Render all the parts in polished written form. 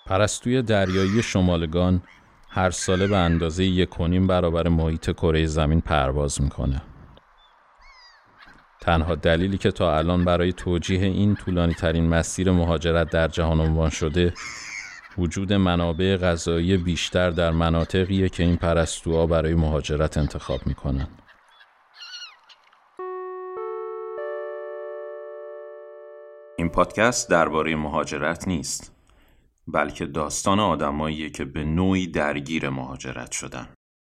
پرستوی دریایی شمالگان هر ساله به اندازه 1.5 برابر محیط کره زمین پرواز میکنه. تنها دلیلی که تا الان برای توجیه این طولانی ترین مسیر مهاجرت در جهان عنوان شده، وجود منابع غذایی بیشتر در مناطقیه که این پرستوها برای مهاجرت انتخاب میکنن. این پادکست درباره مهاجرت نیست، بلکه داستان آدماییه که به نوعی درگیر مهاجرت شدن.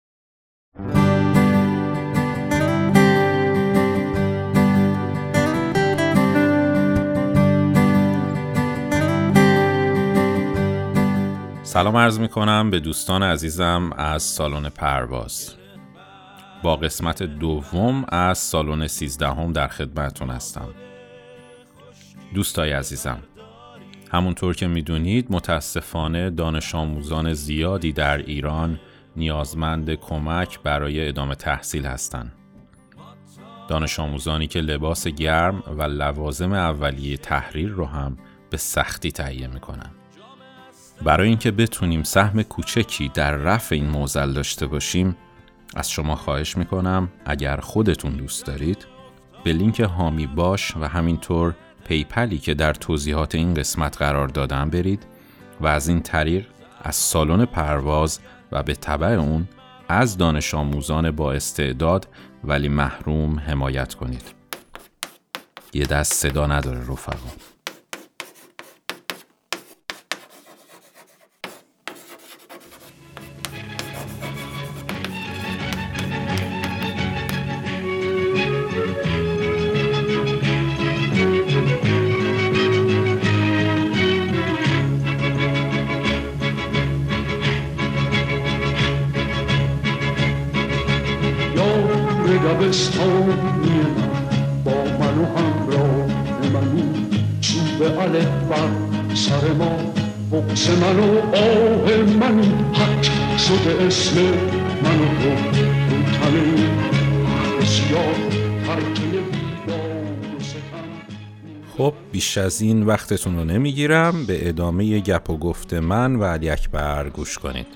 سلام عرض میکنم به دوستان عزیزم از سالن پرواز. با قسمت دوم از سالن 13 در خدمتتون هستم. دوستای عزیزم، همونطور که میدونید متاسفانه دانش آموزان زیادی در ایران نیازمند کمک برای ادامه تحصیل هستند. دانش آموزانی که لباس گرم و لوازم اولیه تحریر رو هم به سختی تهیه میکنن. برای اینکه بتونیم سهم کوچکی در رفع این معضل داشته باشیم، از شما خواهش میکنم اگر خودتون دوست دارید به لینک حامی باش و همینطور پیپلی که در توضیحات این قسمت قرار دادم برید و از این طریق از سالن پرواز و به تبع اون از دانش آموزان با استعداد ولی محروم حمایت کنید. یه دست صدا نداره رفقا. دبستانی من با من و همراه منی، چوب الف بر سر ما، بغض من و آه منی، حق شده اسم من و تو رو تنه بسیار ترکه بیداد و ستم. خب بیش از این وقتتون رو نمیگیرم، به ادامه گپ و گفت من و علی اکبر گوش کنید.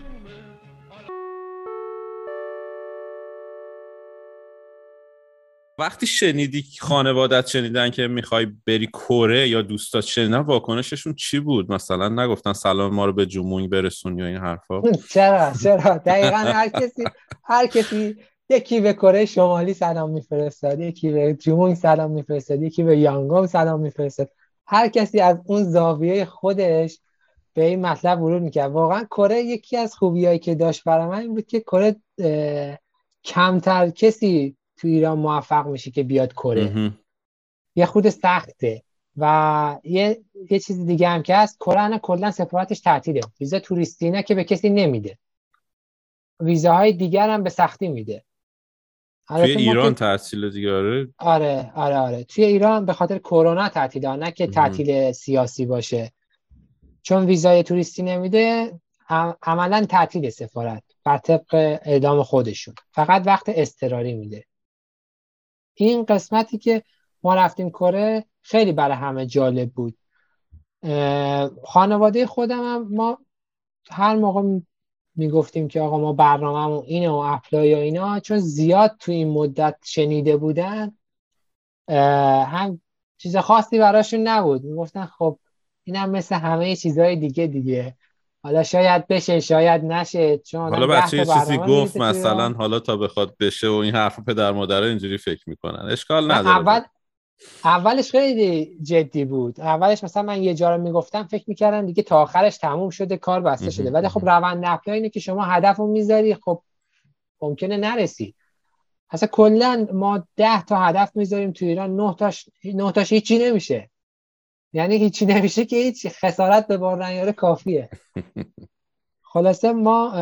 وقتی شنیدی خانوادت شنیدن که میخوای بری کره یا دوستات شنیدن، واکنششون چی بود؟ مثلا نگفتن سلام ما رو به جمونگ برسون یا این حرفا؟ چرا دقیقاً هر کسی یکی به کره شمالی سلام میفرستاد، یکی به جمونگ سلام میفرستاد، یکی به یانگون سلام میفرستاد. هر کسی از اون زاویه خودش به این مطلب ورود میکرد. واقعا کره یکی از خوبیایی که داشت برای من این بود که کره کمتر کسی تو ایران موفق میشه که بیاد کره. یه خود سخته. و یه چیز دیگه هم که هست، کره کلا سفارتش تعطیله. ویزا توریستی نه که به کسی نمیده، ویزاهای دیگر هم به سختی میده. توی ایران تعطیله دیگه. آره توی ایران به خاطر کرونا تعطیله، نه که تعطیل سیاسی باشه. چون ویزای توریستی نمیده، عملاً تعطیل سفارت بر طبق اعلام خودشون، فقط وقت اضطراری میده. این قسمتی که ما رفتیم کره خیلی برای همه جالب بود. خانواده خودم هم ما هر موقع میگفتیم که آقا ما برنامه‌مون اینه و اپلای و اینا، چون زیاد تو این مدت شنیده بودن، هم چیز خاصی براشون نبود. میگفتن خب اینم مثل همه چیزهای دیگه، حالا شاید بشه شاید نشه. چون حالا بچه یه چیزی گفت مثلا حالا تا بخواد بشه و این حرف پدر مادرها اینجوری فکر میکنن، اشکال نداره. اولش خیلی جدی بود. اولش مثلا من یه جا رو میگفتم فکر میکردم دیگه تا آخرش تموم شده، کار بسته شده. ولی خب روند اپلای اینه که شما هدفو میذاری، خب ممکنه نرسی. اصلا کلا ما 10 تا هدف میذاریم تو ایران، 9 تاش هیچی نمیشه. یعنی هیچی نمیشه که هیچ، خسارت به بار نیاره کافیه. خلاصه ما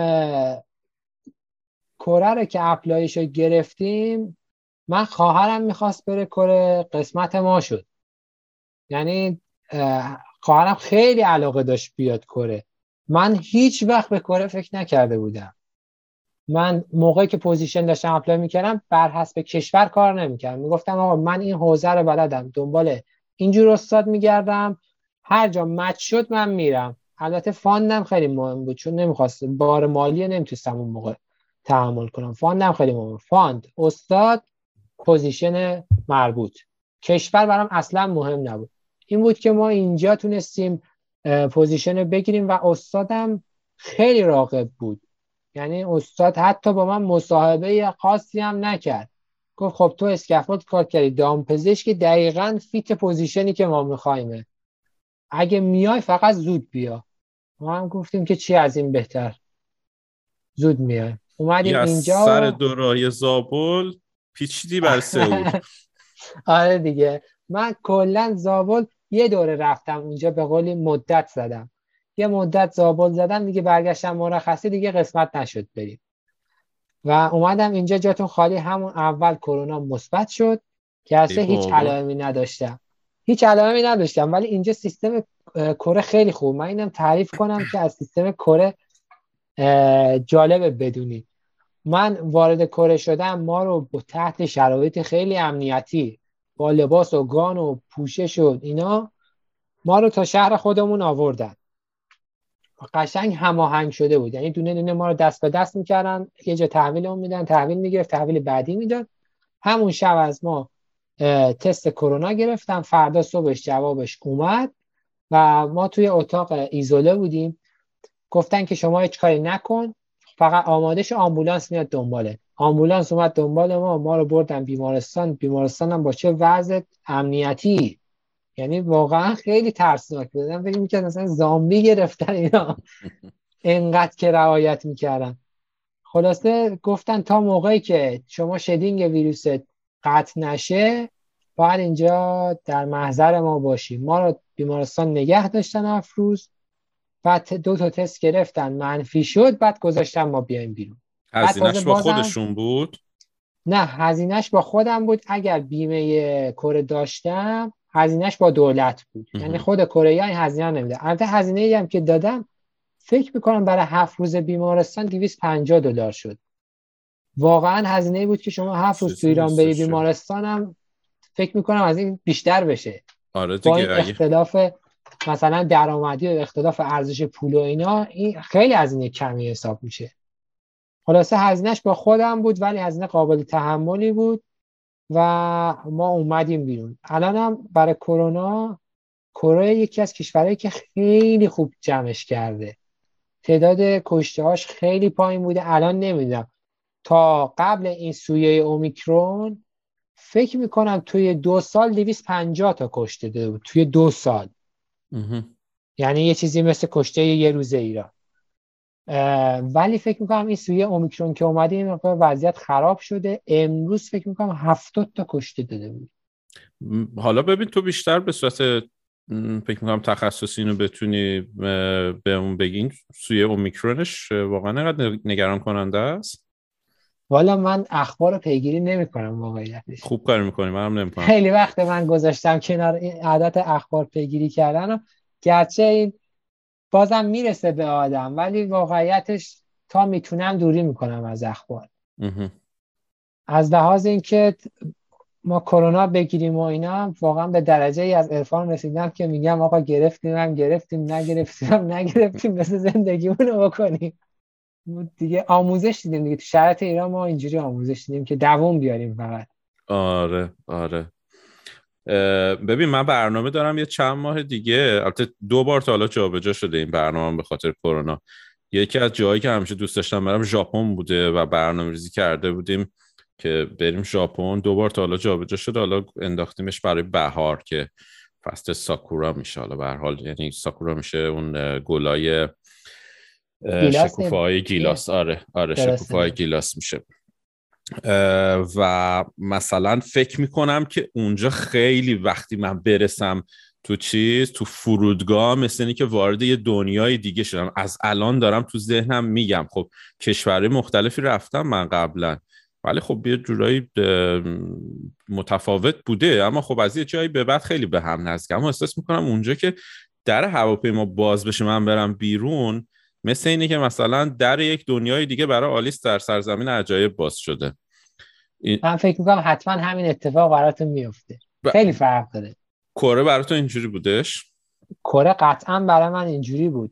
کره رو که اپلایشو گرفتیم، من خواهرم میخواست بره کره، قسمت ما شد. یعنی خواهرم خیلی علاقه داشت بیاد کره. من هیچ وقت به کره فکر نکرده بودم. من موقعی که پوزیشن داشتم اپلای میکردم بر حسب کشور کار نمیکردم. میگفتم آقا من این حوزه رو بلدم، دنبال اینجور استاد میگردم، هر جا مچ شد من میرم. البته فاندم خیلی مهم بود چون نمیخواست بار مالی نمیتونستم اون موقع تحمل کنم. فاندم خیلی مهم. فاند، استاد، پوزیشن مربوط. کشور برام اصلا مهم نبود. این بود که ما اینجا تونستیم پوزیشن رو بگیریم و استادم خیلی راغب بود. یعنی استاد حتی با من مصاحبه خاصی هم نکرد. گفت خب تو اسکافولد کار کردی، دامپزشک، دقیقاً فیت پوزیشنی که ما می‌خوایم. اگه میای فقط زود بیا. ما هم گفتیم که چی از این بهتر، زود میای. اومدیم اینجا سر دورای زابل پیچیدی بر سئول. آره دیگه، من کلا زابل یه دوره رفتم اونجا، به قولی مدت زدم. یه مدت زابل زدم دیگه، برگشتم مرخصی دیگه قسمت نشد بریم و اومدم اینجا. جاتون خالی. همون اول کرونا مثبت شد که اصلا هیچ علائمی نداشتم. ولی اینجا سیستم کره خیلی خوب. من اینم تعریف کنم که از سیستم کره جالبه بدونید. من وارد کره شدم، ما رو تحت شرایط خیلی امنیتی با لباس و گان و پوشش و اینا ما رو تا شهر خودمون آوردن. قشنگ هماهنگ شده بود. یعنی دونه دونه ما رو دست به دست میکردن، یه جا تحویلمون میدن، تحویل میگرفت، تحویل بعدی میداد. همون شب از ما تست کرونا گرفتم، فردا صبحش جوابش اومد و ما توی اتاق ایزوله بودیم. گفتن که شما هیچ کاری نکن، فقط آماده شو، آمبولانس میاد دنباله. آمبولانس اومد دنبال ما رو بردن بیمارستان. بیمارستان هم با چه وضع امنیتی، یعنی واقعا خیلی ترسناک بود. من فکر می‌کردم مثلا زامبی گرفتن اینا، اینقدر که رعایت میکردن. خلاصه گفتن تا موقعی که شما شدینگ ویروست قطع نشه باید اینجا در محضر ما باشیم. ما رو بیمارستان نگه داشتن 7 روز، بعد 2 تا تست گرفتن، منفی شد، بعد گذاشتن ما بیایم بیرون. هزینه‌اش با خودشون بود؟ نه، هزینه‌اش با خودم بود. اگر بیمه کره داشتم هزینه‌اش با دولت بود. یعنی خود کره‌ای این هزینه نمیده. البته هزینه‌ای هم که دادم فکر می‌کنم برای 7 روز بیمارستان $250 شد. واقعا هزینه‌ای بود که شما 7 روز تو ایران بری بیمارستان هم فکر می‌کنم از این بیشتر بشه. آره دیگه، با این اختلاف مثلا درآمدی و اختلاف ارزش پول و اینا، این خیلی هزینه کمی حساب میشه. خلاصه هزینه‌اش با خودم بود ولی هزینه قابل تحملی بود و ما اومدیم بیرون. الان هم برای کرونا، کره یکی از کشورهایی که خیلی خوب جمعش کرده. تعداد کشته‌هاش خیلی پایین بوده. الان نمیدونم، تا قبل این سویه اومیکرون فکر میکنم توی 2 سال 250 تا کشته داده بود توی 2 سال. یعنی یه چیزی مثل کشته یه روزه ایران. ولی فکر میکنم این سویه اومیکرون که اومده این وضعیت خراب شده. امروز فکر میکنم 70 تا کشته داده بود. حالا ببین تو بیشتر به صورت فکر میکنم تخصصی اینو بتونی به اون بگین، سویه اومیکرونش واقعا اینقدر نگران کننده است؟ والا من اخبار رو پیگیری نمی‌کنم واقعیتش. خوب کار می‌کنی، منم نمی‌کنم. خیلی وقت من گذاشتم کنار این عادت اخبار پیگیری کردن و گرچه این بازم میرسه به آدم، ولی واقعیتش تا میتونم دوری میکنم از اخبار. از لحاظ اینکه ما کرونا بگیریم و اینا، واقعا به درجه ای از عرفان رسیدم که میگم آقا گرفتیم نگرفتیم مثل زندگیمون رو بکنیم دیگه. آموزش دیدیم دیگه، تو شرایط ایران ما اینجوری آموزش دیدیم که دووم بیاریم فقط. آره. ببین من برنامه دارم یه چند ماه دیگه، البته 2 بار تا حالا جابجا شده این برنامه به خاطر کرونا. یکی از جایی که همیشه دوست داشتم برم ژاپن بوده و برنامه‌ریزی کرده بودیم که بریم ژاپن. 2 بار تا حالا جابجا شده، حالا انداختیمش برای بهار که فصل ساکورا میشه. حالا به هر حال یعنی ساکورا میشه اون گلای شکوفه‌های گیلاس. آره شکوفه‌های گیلاس میشه. و مثلا فکر میکنم که اونجا خیلی وقتی من برسم تو فرودگاه مثل اینی که وارد یه دنیای دیگه شدم. از الان دارم تو ذهنم میگم خب کشورهای مختلفی رفتم من قبلا، ولی خب یه جورایی متفاوت بوده، اما خب از یه جایی به بعد خیلی به هم نزدیک. اما احساس میکنم اونجا که در هواپیما باز بشه من برم بیرون، مثل اینه که مثلا در یک دنیای دیگه برای آلیس در سرزمین عجایب باز شده. من فکر میکنم حتما همین اتفاق براتون میفته. خیلی فرق داره. کره براتون اینجوری بودش؟ کره قطعا برای من اینجوری بود.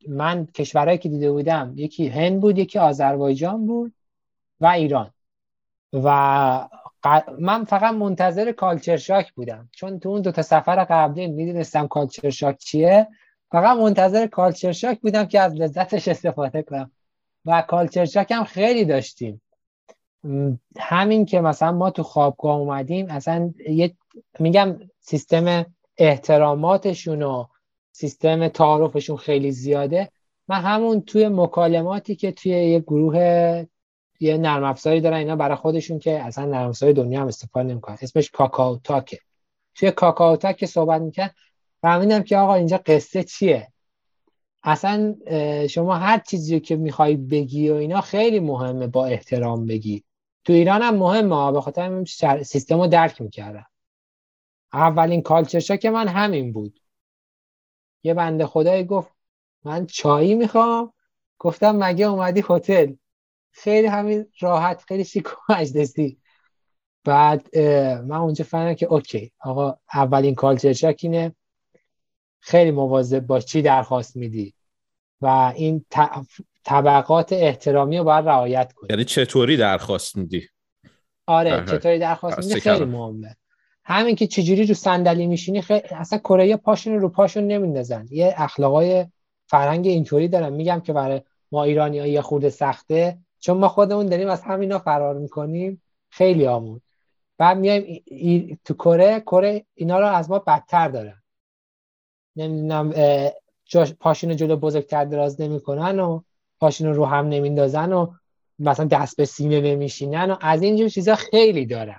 من کشورهایی که دیده بودم یکی هند بود، یکی آذربایجان بود و ایران. و من فقط منتظر کالچر شاک بودم، چون تو اون 2 سفر قبلی میدونستم کالچر شاک چیه. فقط منتظر کالچر شاک بودم که از لذتش استفاده کنم و کالچر شاک هم خیلی داشتیم. همین که مثلا ما تو خوابگاه اومدیم، اصلا میگم سیستم احتراماتشون و سیستم تعارفشون خیلی زیاده. من همون توی مکالماتی که توی یه گروه یه نرم افزاری دارن اینا برای خودشون که اصلا نرم افزار دنیا هم استفاده نمی‌کنن، اسمش کاکائو تاکه. توی کاکائو تاک که صحبت می‌کنن فهمیدم که آقا اینجا قصه چیه. اصلا شما هر چیزی که می‌خوای بگی و اینا خیلی مهمه با احترام بگی. تو ایران هم مهمه، به خاطر همین سیستمو درک می‌کردم. اولین کالچر شاک من همین بود. یه بنده خدایی گفت من چایی می‌خوام. گفتم مگه اومدی هتل؟ خیلی همین راحت، خیلی شیک و مجلسی. بعد من اونجا فهمیدم که اوکی آقا، اولین کالچر شاک اینه خیلی مواظب باش چی درخواست میدی و این طبقات احترامی رو باید رعایت کنی. یعنی چطوری درخواست میدی؟ آره چطوری درخواست میدی خیلی مهمه. همین که چجوری رو صندلی میشینی اصلا کره پاشون رو پاشون نمیندازن. یه اخلاقای فرهنگ اینطوری دارن. میگم که برای ما ایرانی‌ها یه خورده سخته، چون ما خودمون داریم از همینا فرار میکنیم خیلی آمون. بعد میایم تو کره اینا رو از ما بدتر دارن. نمیدونم پاشونو جلو بزرگتر دراز نمیکنن و پاشونو رو هم نمیندازن و مثلا دست به سینه نمیشینن و از اینجور چیزا خیلی دارن.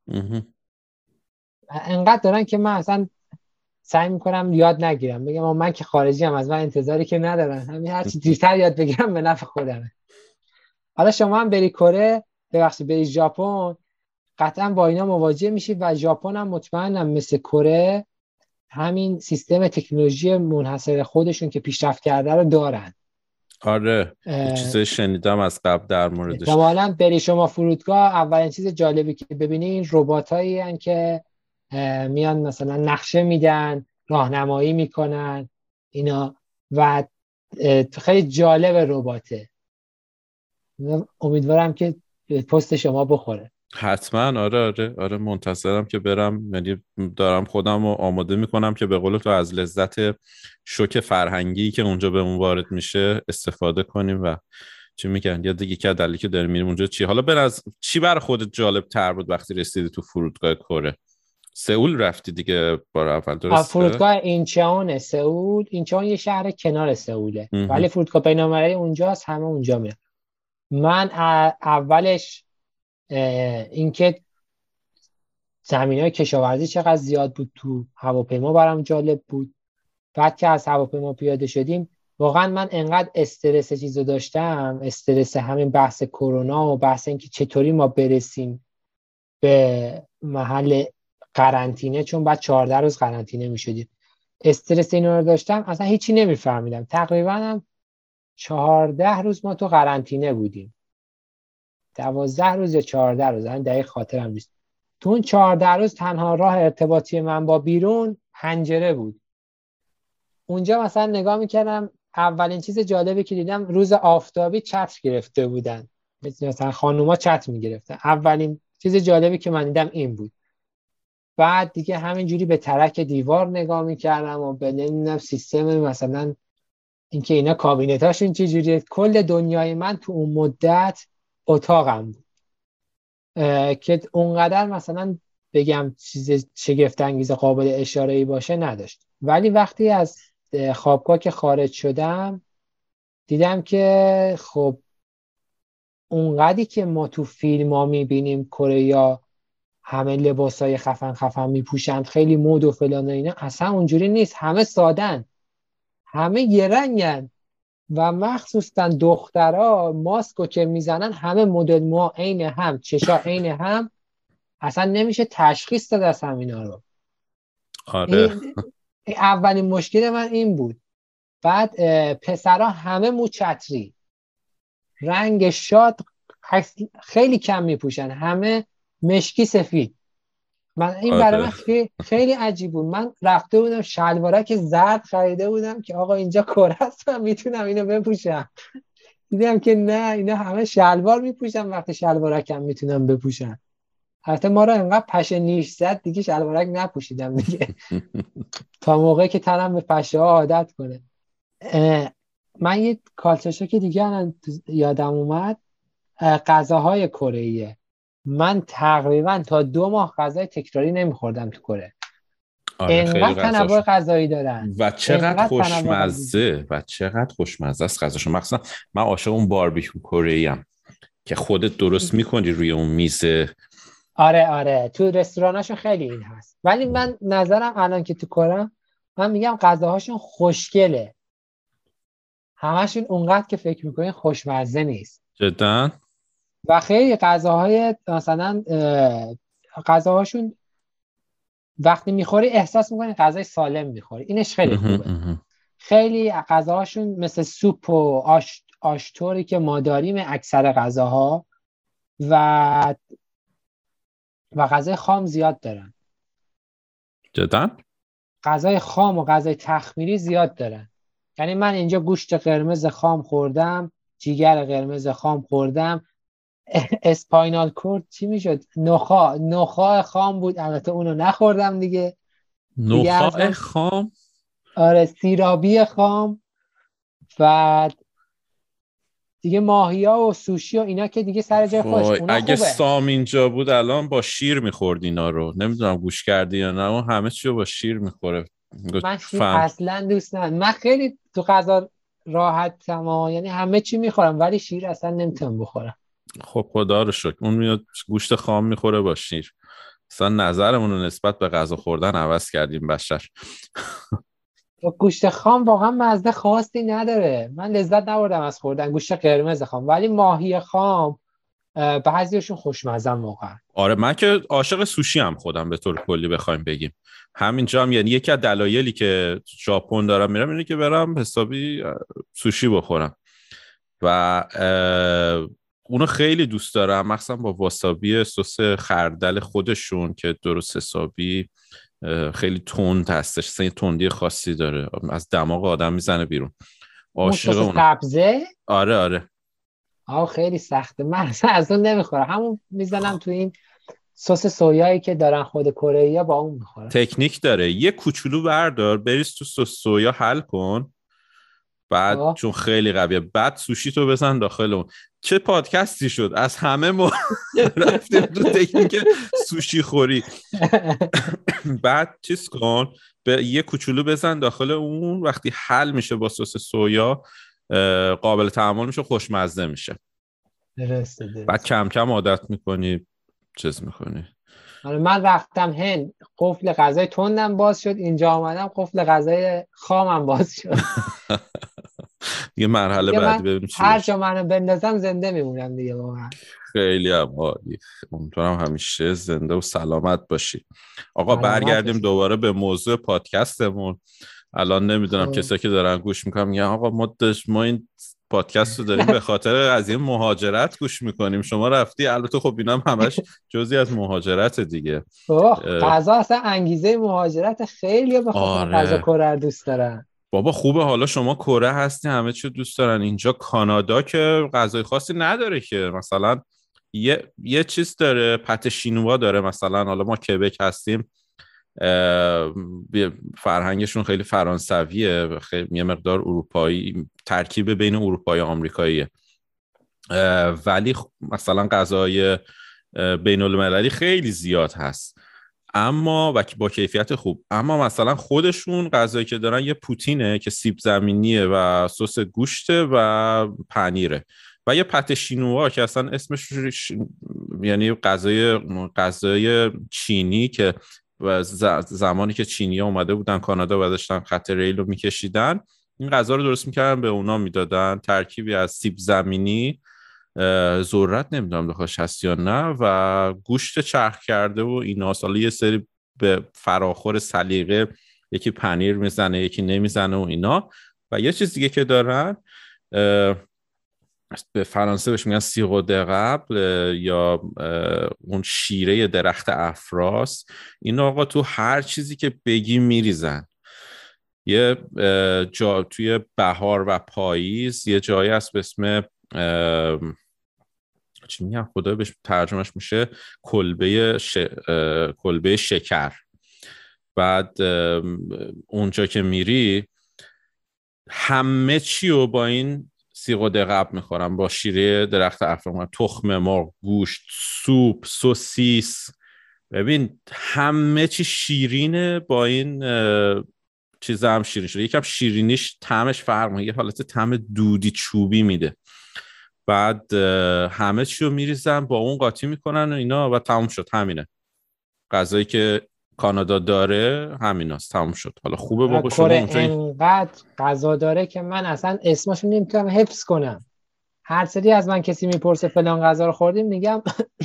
انقدر دارن که من اصلا سعی میکنم یاد نگیرم. بگم من که خارجی هم، از من انتظاری که ندارن، همین هر چی دیرتر یاد بگیرم به نفع خودمه. حالا شما هم بری کره، ببخشید بری ژاپن، قطعا با اینا مواجه میشید و ژاپن هم مطمئنم مثل کره همین سیستم تکنولوژی منحصر خودشون که پیشرفت کرده رو دارن. آره چیزای شنیدم از قبل در موردش. احتمالاً بری شما فرودگاه، اولین چیز جالبی که ببینی این رباتایی هستن که میان مثلا نقشه میدن، راهنمایی میکنن اینا و خیلی جالب رباته. امیدوارم که پست شما بخوره. حتما. آره منتظرم که برم. یعنی دارم خودم رو آماده میکنم که به قول تو از لذت شوک فرهنگی که اونجا بهمون وارد میشه استفاده کنیم. و چی میگن یا دیگه که دلیلی که داریم میریم اونجا چی؟ حالا چی برای خودت جالب تر بود وقتی رسیدی تو فرودگاه کره؟ سئول رفتی دیگه بار اول، درسته؟ فرودگاه اینچون سئول. اینچون یه شهر کنار سئوله ولی فرودگاه بین‌المللی اونجاست، همه اونجا میرن. من اولش اینکه زمینای کشاورزی چقدر زیاد بود تو هواپیما برام جالب بود. بعد که از هواپیما پیاده شدیم واقعا من انقدر استرس چیزو داشتم، استرس همین بحث کرونا و بحث اینکه چطوری ما برسیم به محل قرنطینه، چون بعد 14 روز قرنطینه میشدیم. استرس اینا رو داشتم، اصلا هیچی نمیفهمیدم. تقریبا هم 14 روز ما تو قرنطینه بودیم، 12 روز یا 14 روز، من دقیق خاطرم نیست. تو اون 14 روز تنها راه ارتباطی من با بیرون پنجره بود. اونجا مثلا نگاه میکردم، اولین چیز جالبی که دیدم روز آفتابی چتر گرفته بودن، مثلا خانوما چتر میگرفتن. اولین چیز جالبی که من دیدم این بود. بعد دیگه همینجوری به ترک دیوار نگاه میکردم و به نمیدونم سیستم مثلا اینکه اینا کابینتاشون چه جوریه. کل دنیای من تو اون مدت اتاقم بود که اونقدر مثلا بگم چیز شگفت انگیز قابل اشاره‌ای باشه نداشت. ولی وقتی از خوابگاه که خارج شدم دیدم که خب اونقدری که ما تو فیلم ها میبینیم کره همه لباسای خفن میپوشند، خیلی مد و فلان و اینا، اصلا اونجوری نیست. همه سادن، همه یه رنگن و مخصوصا دخترها ماسکو که میزنن همه مدل مو عین هم، چشا عین هم، اصلا نمیشه تشخیص داد از همینا رو. آره. این اولین مشکل من این بود. بعد پسرها همه مو چتری، رنگ شاد خیلی کم میپوشن، همه مشکی سفید. من این برای من خیلی عجیب بود. من رفته بودم شلوارک زرد خریده بودم که آقا اینجا کره است من میتونم اینو بپوشم، دیدم که نه اینا همه شلوار میپوشن وقتی شلوارکم میتونم بپوشم. البته ما رو انقدر پشه نیش زد دیگه شلوارک نپوشیدم دیگه تا موقعی که تنم به پشه ها عادت کنه. من یه کالچر شوک دیگه الان یادم اومد، غذاهای کره‌ایه. من تقریبا تا 2 ماه غذای تکراری نمیخوردم تو کره. انقدر تنوع غذایی دارن و چقدر خوشمزه است غذاشون. مثلا من عاشق اون باربیکیو کره‌ای ام که خودت درست میکنی روی اون میزه. آره تو رستوراناشون خیلی این هست، ولی من نظرم الان که تو کره من میگم غذاهاشون خوشگله، همشون اونقدر که فکر میکنین خوشمزه نیست جدا. و خیلی غذاهای مثلا غذاهاشون وقتی میخوری احساس میکنی غذای سالم میخوری، اینش خیلی خوبه. خیلی غذاهاشون مثل سوپ و آشتوری که ما داریم اکثر غذاها و غذای خام زیاد دارن. جدا؟ غذای خام و غذای تخمیری زیاد دارن. یعنی من اینجا گوشت قرمز خام خوردم، جیگر قرمز خام خوردم، اسپاینال کورد چی میشد؟ نخاع خام بود، البته اونو نخوردم دیگه. نخاع خام؟ آره سیرابی خام. و دیگه ماهیا و سوشی و اینا که دیگه سر جای خودش اونا اگه خوبه. سام اینجا بود الان با شیر میخورد اینا رو، نمیدونم گوش کردی یا نه، اون همه چی رو با شیر میخوره. من شیر اصلا دوست ندارم. من خیلی تو غذا راحتم، یعنی همه چی میخورم ولی شیر اصلا نمیتونم بخورم. خب خدا رو شکر اون میاد گوشت خام میخوره با شیر. اصلا نظرمون رو نسبت به غذا خوردن عوض کردیم بشر. گوشت خام واقعا مزه خاصی نداره، من لذت نبردم از خوردن گوشت قرمز خام، ولی ماهی خام بعضیشون خوشمزه واقعا. آره من که عاشق سوشی هم خودم به طور کلی بخوایم بگیم. همینجا هم یعنی یکی از دلایلی که ژاپن دارم میرم اینه که برم حسابی سوشی بخورم و اونو خیلی دوست دارم، مخصوصا با واسابی سس خردل خودشون که درست حسابی خیلی تند هستش، اصلا یه تندی خاصی داره، از دماغ آدم میزنه بیرون. عاشق اون سبزه؟ آره خیلی سخته، من از اون نمیخورم، همون میزنم تو این سس سویایی که دارن خود کره‌ای‌ها با اون میخورن. تکنیک داره، یه کوچولو بردار بریز تو سس سویا حل کن، بعد چون خیلی قویه بعد سوشی تو بزن داخل اون. چه پادکستی شد از همه ما رفتیم تو تکنیک سوشی خوری. بعد چیز کن به یه کوچولو بزن داخل اون، وقتی حل میشه با سس سویا قابل تحمل میشه، خوشمزه میشه. درسته. بعد کم کم عادت میکنی چیز میکنی. من رفتم هند قفل غذای تندم باز شد، اینجا آمدم قفل غذای خامم باز شد. یه مرحله بعدی ببینیم چی هر جا منو بندازم زنده میمونم دیگه واقعا. خیلی عالی، امیدوارم همیشه زنده و سلامت باشی. آقا برگردیم دوباره به موضوع پادکستمون. الان نمیدونم کسایی که دارن گوش میکنن میگن آقا ما این پادکست رو داریم به خاطر قضیه مهاجرت گوش میکنیم، شما رفتی. البته خب اینا هم همش جزئی از مهاجرت دیگه. غذا اصلا انگیزه مهاجرت خیلی به خاطر غذا کره دوست دارن. بابا خوبه، حالا شما کره هستی همه چی دوست دارن. اینجا کانادا که غذای خاصی نداره که، مثلا یه چیز داره، پت شینوا داره مثلا. حالا ما کبک هستیم، فرهنگشون خیلی فرانسویه، خیلی یه مقدار اروپایی، ترکیب بین اروپایی و آمریکاییه، ولی مثلا غذای بین المللی خیلی زیاد هست اما با کیفیت خوب. اما مثلا خودشون غذایی که دارن یه پوتینه که سیب زمینیه و سس گوشته و پنیره و یه پت شینوا که اصلا اسمش یعنی غذای چینی که زمانی که چینی‌ها اومده بودن کانادا و داشتن خط ریل رو میکشیدن این غذا رو درست میکردن به اونا میدادن، ترکیبی از سیب زمینی، ذرت نمیدونم داخلش هست یا نه و گوشت چرخ کرده و اینا. حالا یه سری به فراخور سلیقه یکی پنیر میزنه یکی نمیزنه و اینا. و یه چیز دیگه که دارن به فرانسه بهش میگن سیغو د قبل یا اون شیره درخت افراس. این آقا تو هر چیزی که بگی میریزن. یه جا توی بهار و پاییز یه جایی هست به اسم چی میگم خدا بهش ترجمهش میشه کلبه شکر. بعد اونجا که میری همه چی رو با این سیغ و دقب میخورم، با شیره درخت افران، تخم مرغ، گوشت، سوپ، سوسیس. ببین همه چی شیرینه، با این چیزا هم شیرین شده. یکم شیرینیش طعمش فرق میکنه، یه حالت طعم دودی چوبی میده. بعد همه چی رو میریزن با اون قاطی میکنن و اینا و تموم شد. همینه غذایی که کانادا داره، همیناست، تموم شد. حالا خوبه بابا شما اونجا انقدر غذا داره که من اصلا اسمشو نمیتونم حفظ کنم. هر سری از من کسی میپرسه فلان غذا رو خوردیم، میگم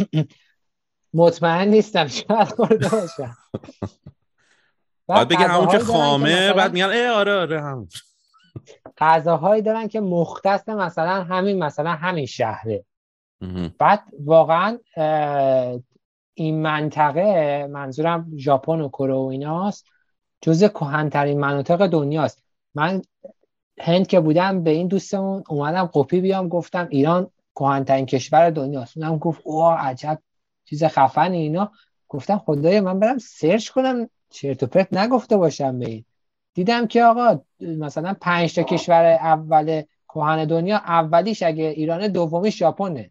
مطمئن نیستم، شاید خورده باشم. بعد بگه همون که خامه، بعد میگن آره همون. غذاهایی دارن که مختص مثلا همین شهره. بعد واقعا این منطقه، منظورم ژاپن و کره و ایناست، جزء کهن‌ترین مناطق دنیاست. من هند که بودم به این دوستمون اومدم قپی بیام، گفتم ایران کهن‌ترین کشور دنیاست. اونم گفت اوه عجب چیز خفنی اینا. گفتم خدایا من برم سرچ کنم چرت و پرت نگفته باشم به این. دیدم که آقا مثلا 5 تا کشور اول کهن دنیا، اولیش اگه ایرانه، دومیش ژاپنه.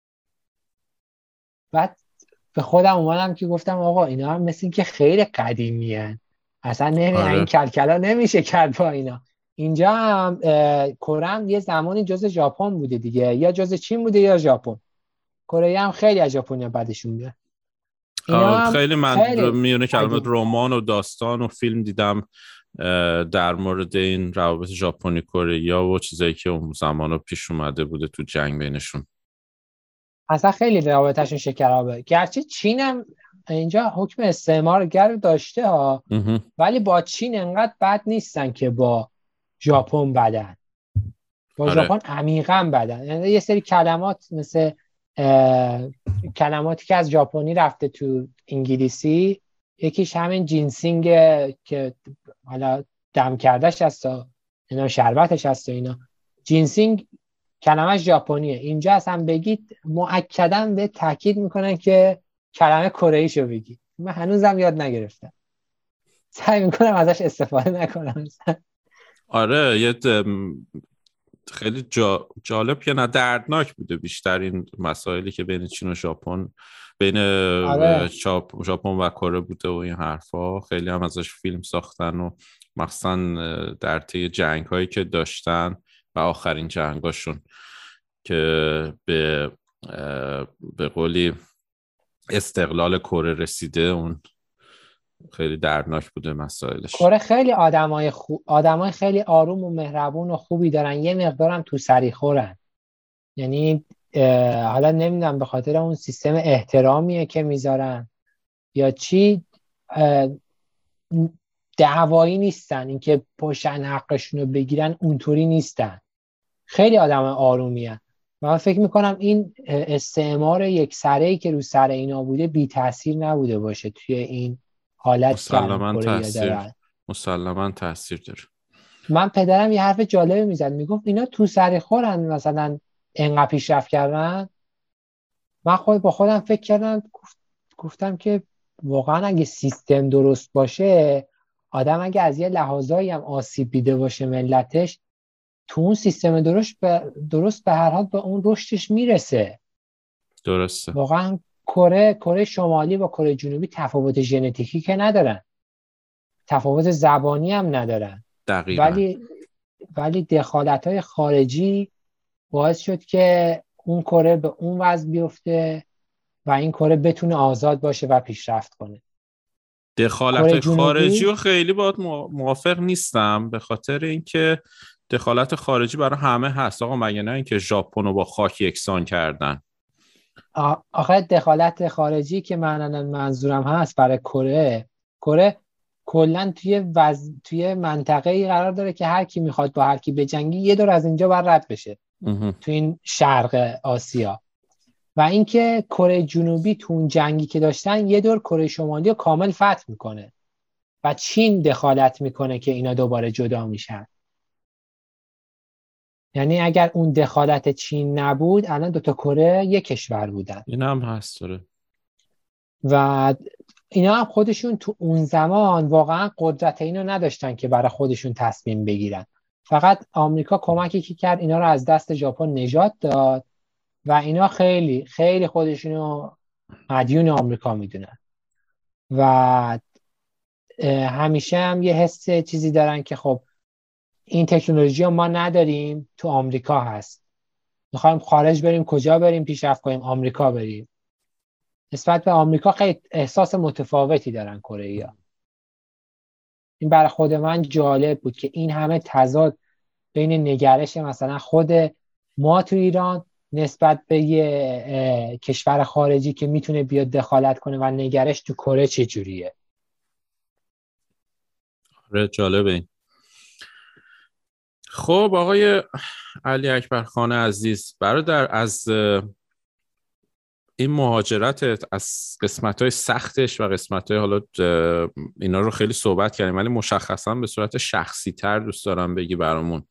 بعد به خودم اومدم که گفتم آقا اینا هم مثل این که خیلی قدیمی هن. اصلا این کلکلا نمیشه کرد با اینا. اینجا هم کره هم یه زمانی جز ژاپن بوده دیگه، یا جز چین بوده یا ژاپن. کره هم خیلی از ژاپنیا بعدشون میاد. خیلی من میونه کلمات رمان و داستان و فیلم دیدم در مورد این روابط ژاپنی کره و چیزایی که اون زمانو پیش اومده بوده تو جنگ بینشون. اصلا خیلی رابطه‌شون شکرابه. گرچه چین هم اینجا حکم استعمارگر داشته ها، ولی با چین انقدر بد نیستن که با ژاپن بدن. با ژاپن عمیقاً بدن. یعنی یه سری کلمات مثل کلماتی که از ژاپنی رفته تو انگلیسی، یکیش همین جینسینگ که حالا دم کردهش هست و اینا، شربتش هست و اینا. جینسینگ کلمه‌اش ژاپنیه. اینجا اصلا بگید مؤکداً به تاکید میکنن که کلمه کره‌ایشو بگی. من هنوزم یاد نگرفتم، سعی میکنم ازش استفاده نکنم. آره یه خیلی جالب که نه دردناک بوده بیشتر این مسائلی که بین چین و ژاپن، بین ژاپن و کره بوده و این حرفا. خیلی هم ازش فیلم ساختن و مخصوصا در طی جنگ هایی که داشتن و آخرین جنگاشون که به قولی استقلال کره رسیده. اون خیلی دردناک بوده مسائلش. کره خیلی آدمای خیلی آروم و مهربون و خوبی دارن، یه مقدارم تو سری خورن. یعنی حالا نمیدونم به خاطر اون سیستم احترامیه که میذارن یا چی، دعوایی نیستن اینکه پشن حقشون رو بگیرن، اونطوری نیستن. خیلی آدم آرومی هن. من فکر میکنم این استعمار یک سره‌ای که رو سر اینا بوده بی تأثیر نبوده باشه توی این حالت. مسلماً تأثیر داره. من پدرم یه حرف جالبی میزد، میگفت اینا تو سری خورن مثلا انقدر پیشرفت کردن. من با خودم فکر کردم، گفتم که واقعا اگه سیستم درست باشه، آدم اگه از یه لحاظایی هم آسیب دیده باشه ملتش، تو اون سیستم درست به هر حال به اون رشدش میرسه. درسته. واقعا کره شمالی با کره جنوبی تفاوت ژنتیکی که ندارن، تفاوت زبانی هم ندارن. دقیقاً. ولی دخالت‌های خارجی باعث شد که اون کره به اون وضع بیفته و این کره بتونه آزاد باشه و پیشرفت کنه. دخالت خارجی رو خیلی باهات موافق نیستم، به خاطر اینکه دخالت خارجی برای همه هست آقا. مگه نه اینکه ژاپن رو با خاک یکسان کردن؟ آخه دخالت خارجی که منظورم هست برای کره کلا توی منطقه‌ای قرار داره که هر کی میخواد با هر کی بجنگی یه دور از اینجا بر رد بشه. تو این شرق آسیا. و اینکه کره جنوبی تو اون جنگی که داشتن یه دور کره شمالی رو کامل فتح میکنه و چین دخالت میکنه که اینا دوباره جدا میشن. یعنی اگر اون دخالت چین نبود الان دوتا کره یک کشور بودن. این هم هست داره. و اینا هم خودشون تو اون زمان واقعا قدرت اینو نداشتن که برای خودشون تصمیم بگیرن. فقط آمریکا کمکی که کرد اینا رو از دست ژاپن نجات داد و اینا خیلی خیلی خودشونو مدیون آمریکا میدونن و همیشه هم یه حس چیزی دارن که خب این تکنولوژی ما نداریم، تو آمریکا هست، میخوایم خارج بریم کجا بریم پیشرفت کنیم؟ آمریکا بریم. نسبت به آمریکا خیلی احساس متفاوتی دارن کره‌ای‌ها. این برای خود من جالب بود که این همه تضاد بین نگرش مثلا خود ما تو ایران نسبت به یه کشور خارجی که میتونه بیاد دخالت کنه و نگرش تو کره چجوریه. جالبه این. خب آقای علی اکبر خان عزیز برادر، از این مهاجرتت، از قسمت‌های سختش و قسمت‌های حالا اینا رو خیلی صحبت کردیم، ولی مشخصا به صورت شخصی تر دوست دارم بگی برامون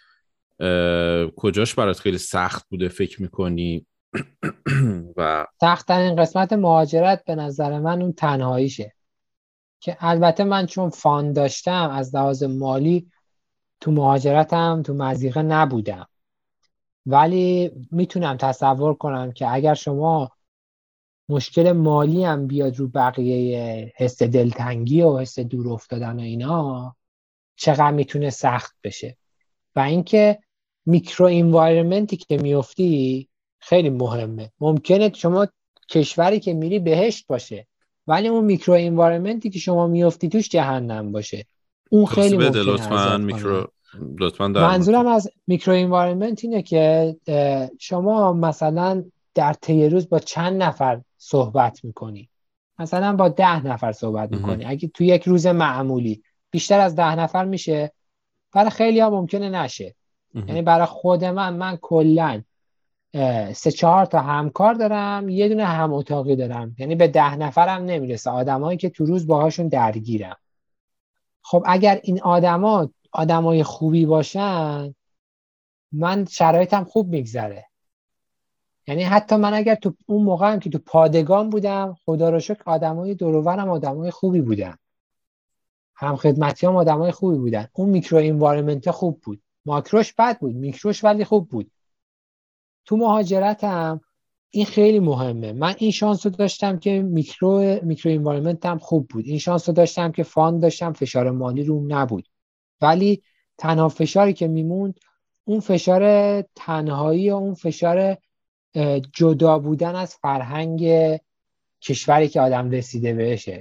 کجاش برات خیلی سخت بوده فکر میکنی؟ و سخت‌ترین قسمت مهاجرت به نظر من اون تنهاییشه که البته من چون فاند داشتم از لحاظ مالی تو مهاجرتم تو مضیقه نبودم، ولی میتونم تصور کنم که اگر شما مشکل مالی هم بیاد رو بقیه، حس دلتنگی و حس دور افتادن و اینا چقدر میتونه سخت بشه. و اینکه میکرو انوایرمنتی که میفتی خیلی مهمه. ممکنه شما کشوری که میری بهشت باشه ولی اون میکرو انوایرمنتی که شما میفتی توش جهنم باشه. اون خیلی ممکنه لطفاً منظورم از میکرو انوایرمنت اینه که شما مثلا در طی روز با چند نفر صحبت میکنی؟ مثلا با 10 نفر صحبت میکنی. اگه تو یک روز معمولی بیشتر از 10 نفر میشه، برای خیلی ها ممکنه نشه. یعنی برای خود من کلن 3-4 تا همکار دارم، یه دونه هم اتاقی دارم، یعنی به 10 نفرم نمیرسه آدمایی که تو روز باهاشون درگیرم. خب اگر این آدمای خوبی باشن من شرایطم خوب میگذره. یعنی حتی من اگر تو اون موقع هم که تو پادگان بودم خدا رو شکر آدمای دور و برم آدمای خوبی بودن، هم خدمتیام آدمای خوبی بودن. اون میکرو انوایرمنت خوب بود، ماکروش بد بود، میکروش ولی خوب بود. تو مهاجرتم این خیلی مهمه. من این شانس رو داشتم که میکرو انوایرمنت هم خوب بود، این شانس رو داشتم که فاند داشتم، فشار مالی روم نبود. ولی تنها فشاری که میموند اون فشار تنهایی و اون فشار جدا بودن از فرهنگ کشوری که آدم رسیده بهشه.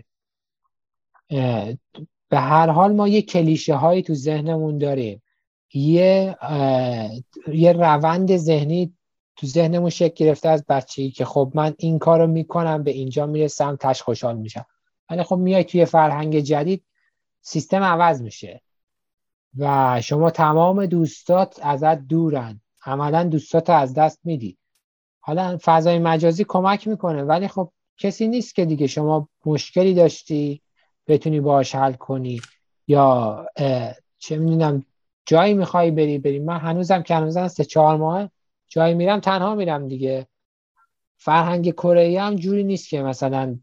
به هر حال ما یه کلیشه هایی تو ذهنمون داریم، یه روند ذهنی تو ذهنمون شکل گرفته از بچگی که خب من این کارو میکنم به اینجا میرسم تاش خوشحال میشم. ولی خب میای توی فرهنگ جدید سیستم عوض میشه و شما تمام دوستات ازت دورن، عملا دوستات از دست میدی. حالا فضای مجازی کمک میکنه ولی خب کسی نیست که دیگه شما مشکلی داشتی بتونی باهاش حل کنی یا چه میدونم جایی میخوای بری. من هنوزم 3-4 ماه جایی میرم تنها میرم دیگه. فرهنگ کره هم جوری نیست که مثلا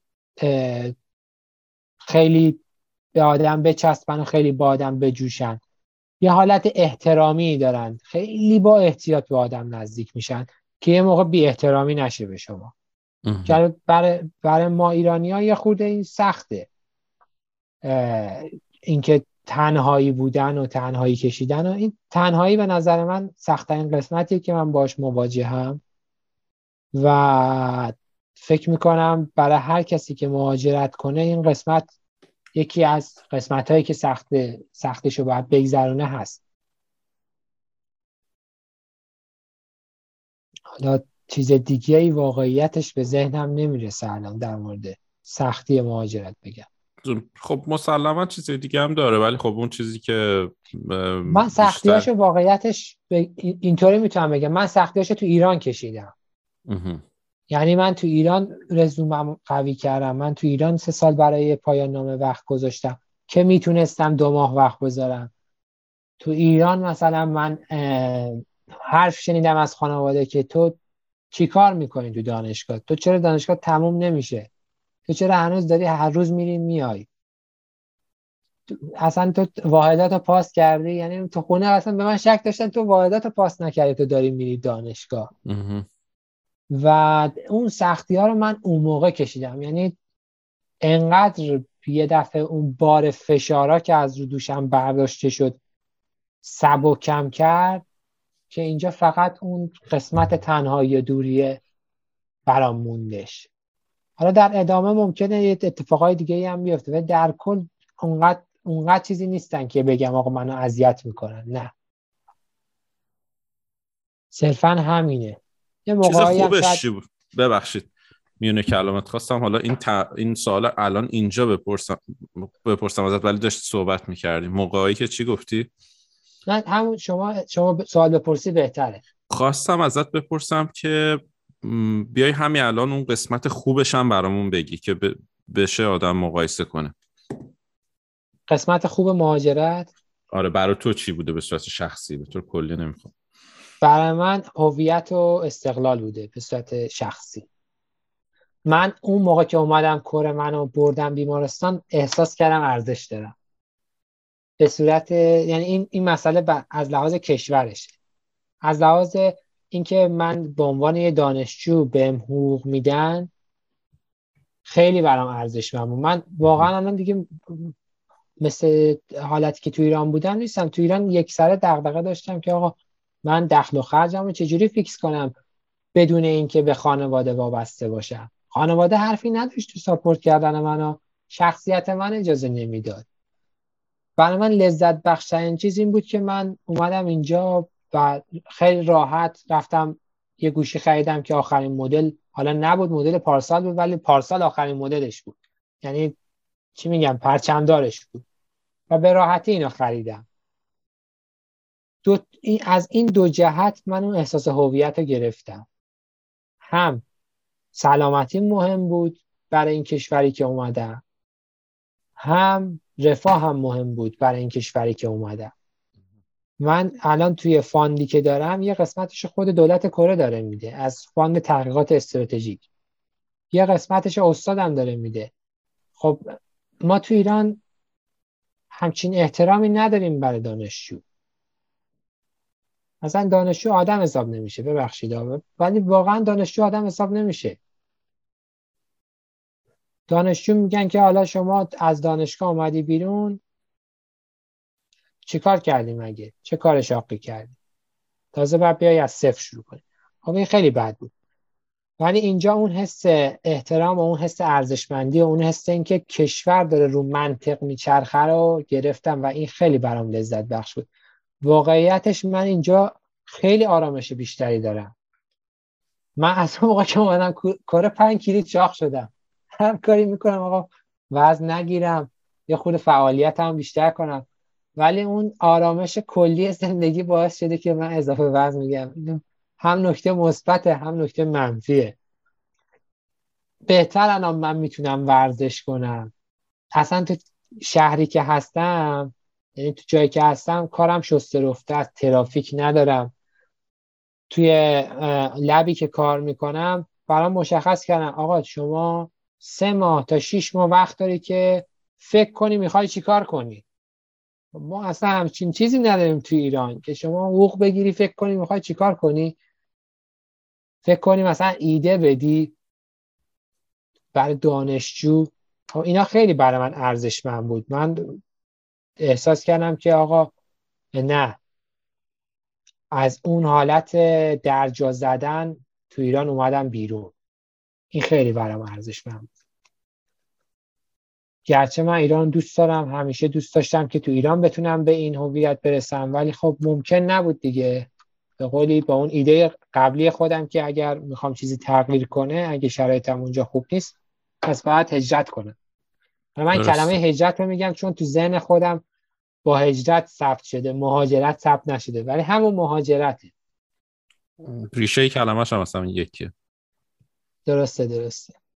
خیلی به آدم بچسبن و خیلی با آدم بجوشن. یه حالت احترامی دارن، خیلی با احتیاط به آدم نزدیک میشن که یه موقع بی احترامی نشه به شما. که برای ما ایرانی ها یه خورده این سخته، اینکه تنهایی بودن و تنهایی کشیدن و این تنهایی به نظر من سخت‌ترین قسمتیه که من باش مواجهم و فکر میکنم برای هر کسی که مهاجرت کنه این قسمت یکی از قسمت‌هایی که سختشو باید بگذرونه هست. حالا چیز دیگه ای واقعیتش به ذهنم نمیرسه الان در مورد سختی مهاجرت بگم. خب مسلما چیز دیگه هم داره، ولی خب اون چیزی که من سختیاشو واقعیتش اینطوری میتونم بگم، من سختیاشو تو ایران کشیدم. یعنی من تو ایران رزومم قوی کردم، من تو ایران 3 سال برای پایان نامه وقت گذاشتم که میتونستم 2 ماه وقت بذارم. تو ایران مثلا من حرف شنیدم از خانواده که تو چی کار میکنی تو دانشگاه؟ تو چرا دانشگاه تموم نمیشه؟ تو چرا هنوز داری هر روز میری میای؟ اصلا تو واحداتو پاس کردی؟ یعنی تو خونه اصلا به من شک داشتن تو واحداتو پاس نکردی، تو داری میری دانشگاه. و اون سختی ها رو من اون موقع کشیدم. یعنی انقدر یه دفعه اون بار فشارا که از رو دوشم برداشته شد سبکم کرد که اینجا فقط اون قسمت تنهایی و دوریه برام موندش. حالا در ادامه ممکنه یه اتفاقای دیگه هم بیفته، ولی در کل اونقدر چیزی نیستن که بگم آقا منو اذیت میکنن، نه، صرفا همینه. یه موقعی هم شاید بود. ببخشید میونه کلامت خواستم حالا این سوال الان اینجا بپرسم ازت، ولی داشتی صحبت میکردی موقعی که چی گفتی؟ نه همون شما سوال بپرسی بهتره. خواستم ازت بپرسم که بیای همین الان اون قسمت خوبش هم برامون بگی که بشه آدم مقایسه کنه. قسمت خوب مهاجرت؟ آره برای تو چی بوده به صورت شخصی؟ به طور کلی نمیخوام. برای من هویت و استقلال بوده به صورت شخصی. من اون موقع که اومدم کره منو بردم بیمارستان احساس کردم ارزش دارم. به صورت یعنی این مسئله از لحاظ کشورشه، از لحاظ اینکه من به عنوان یه دانشجو بهم حقوق میدن خیلی برام ارزشمند بود. من واقعا الان دیگه مثل حالتی که تو ایران بودم نیستم. تو ایران یک سره دغدغه داشتم که آقا من دخل و خرجمو چجوری فیکس کنم بدون اینکه به خانواده وابسته باشم. خانواده حرفی نداشت تو ساپورت کردن منو، شخصیت من اجازه نمیداد. برای من لذت بخشترین چیز این بود که من اومدم اینجا و خیلی راحت رفتم یه گوشی خریدم که آخرین مدل، حالا نبود مدل پارسال بود ولی پارسال آخرین مدلش بود، یعنی چی میگم پرچمدارش بود و به راحتی اینو خریدم. از این 2 جهت من اون احساس هویت رو گرفتم. هم سلامتی مهم بود برای این کشوری که اومدم، هم رفاه هم مهم بود برای این کشوری که اومدم. من الان توی فاندی که دارم یه قسمتش خود دولت کره داره میده از فاند تحقیقات استراتژیک، یه قسمتش استادم داره میده. خب ما تو ایران همچین احترامی نداریم برای دانشجو. مثلا دانشجو آدم حساب نمیشه، ببخشید ولی واقعا دانشجو آدم حساب نمیشه. دانشجو میگن که حالا شما از دانشگاه اومدی بیرون چیکار کردی مگه؟ چه کار شاقی کردی؟ تازه بعد بیای از صفر شروع کنی. خب این خیلی بد بود. ولی اینجا اون حس احترام و اون حس ارزشمندی و اون حس این که کشور داره رو منطق میچرخه رو گرفتم و این خیلی برام لذت بخش بود. واقعیتش من اینجا خیلی آرامش بیشتری دارم. من از اون موقع که اومدم کره 5 کیلو چاق شدم. هر کاری میکنم آقا وزن نگیرم، یه خود فعالیتم بیشتر کنم، ولی اون آرامش کلی زندگی باعث شده که من اضافه وزن میگم. هم نکته مثبته هم نکته منفیه. بهتر الان من میتونم ورزش کنم. اصلا تو شهری که هستم، یعنی تو جایی که هستم کارم شسته رفته است، ترافیک ندارم. توی لبی که کار میکنم برام مشخص کردن آقا شما 3 ماه تا 6 ماه وقت داری که فکر کنی میخوای چی کار کنی. ما اصلا همچین چیزی نداریم توی ایران که شما حقوق بگیری فکر کنی میخوای چی کار کنی، فکر کنی مثلا ایده بدی برای دانشجو. اینا خیلی برای من ارزشمند بود. من احساس کردم که آقا نه، از اون حالت درجا زدن تو ایران اومدم بیرون. این خیلی برام ارزشمند بود. گرچه من ایران دوست دارم، همیشه دوست داشتم که تو ایران بتونم به این هویت برسم، ولی خب ممکن نبود دیگه. به قولی با اون ایده قبلی خودم که اگر میخوام چیزی تغییر کنه، اگه شرایطم اونجا خوب نیست پس باید هجرت کنم. من درسته. کلمه هجرت رو میگم چون تو ذهن خودم با هجرت ثبت شده، مهاجرت ثبت نشده، ولی همون مهاجرته. ریشه کلمه‌ش هم مثلا یکیه. درسته.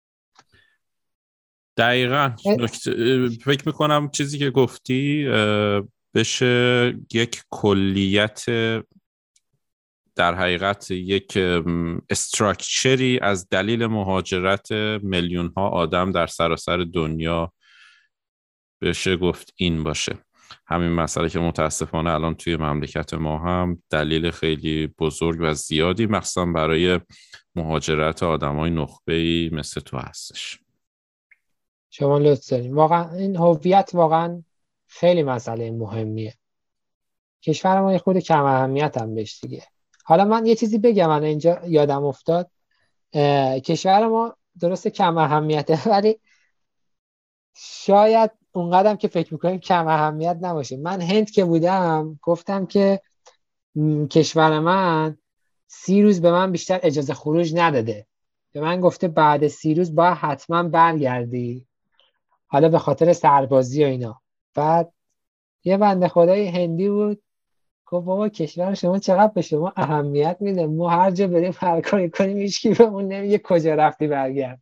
دقیقاً. فکر میکنم چیزی که گفتی بشه یک کلیت، در حقیقت یک استراکچری از دلیل مهاجرت میلیون ها آدم در سراسر دنیا بشه گفت این باشه. همین مسئله که متاسفانه الان توی مملکت ما هم دلیل خیلی بزرگ و زیادی مخصوصا برای مهاجرت آدمای نخبه‌ای مثل تو هستش. شما لطف دارین. واقعا این هویت واقعا خیلی مسئله مهمیه. کشور ما یه خود کم اهمیت هم بهش دیگه. حالا من یه چیزی بگم، من اینجا یادم افتاد. کشور ما درسته کم اهمیته، ولی شاید اونقدرم که فکر میکنیم کم اهمیت نباشه. من هند که بودم گفتم که کشور من 30 روز به من بیشتر اجازه خروج نداده. به من گفته بعد 30 روز باید حتما برگردی، حالا به خاطر سربازی و اینا. بعد یه بنده خدای هندی بود گفت بابا کشور شما چقدر به شما اهمیت میده، ما هر جا بریم هر کاری کنیم هیچکی بهمون نمیگه کجا رفتی برگرد.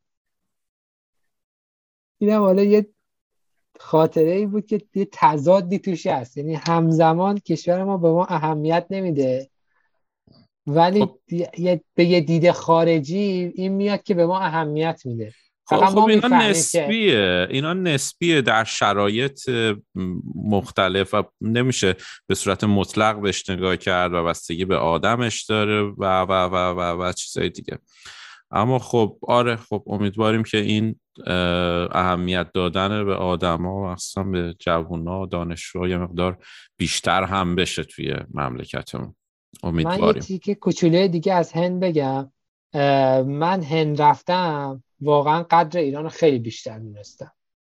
اینم حالا یه خاطره ای بود که یه تضادی توش هست، یعنی همزمان کشور ما به ما اهمیت نمیده ولی به یه دید خارجی این میاد که به ما اهمیت میده. خب اینا نسبیه در شرایط مختلف و نمیشه به صورت مطلق بهش نگاه کرد و بستگی به آدمش داره و چیزای دیگه. اما خب آره، خب امیدواریم که این اهمیت دادن به آدما مخصوصا به جوونا دانشجوها یه مقدار بیشتر هم بشه توی مملکتمون. امیدواریم. من یه تیکه کوچوله دیگه از هند بگم. من هند رفتم واقعا قدر ایران رو خیلی بیشتر می‌دونستم.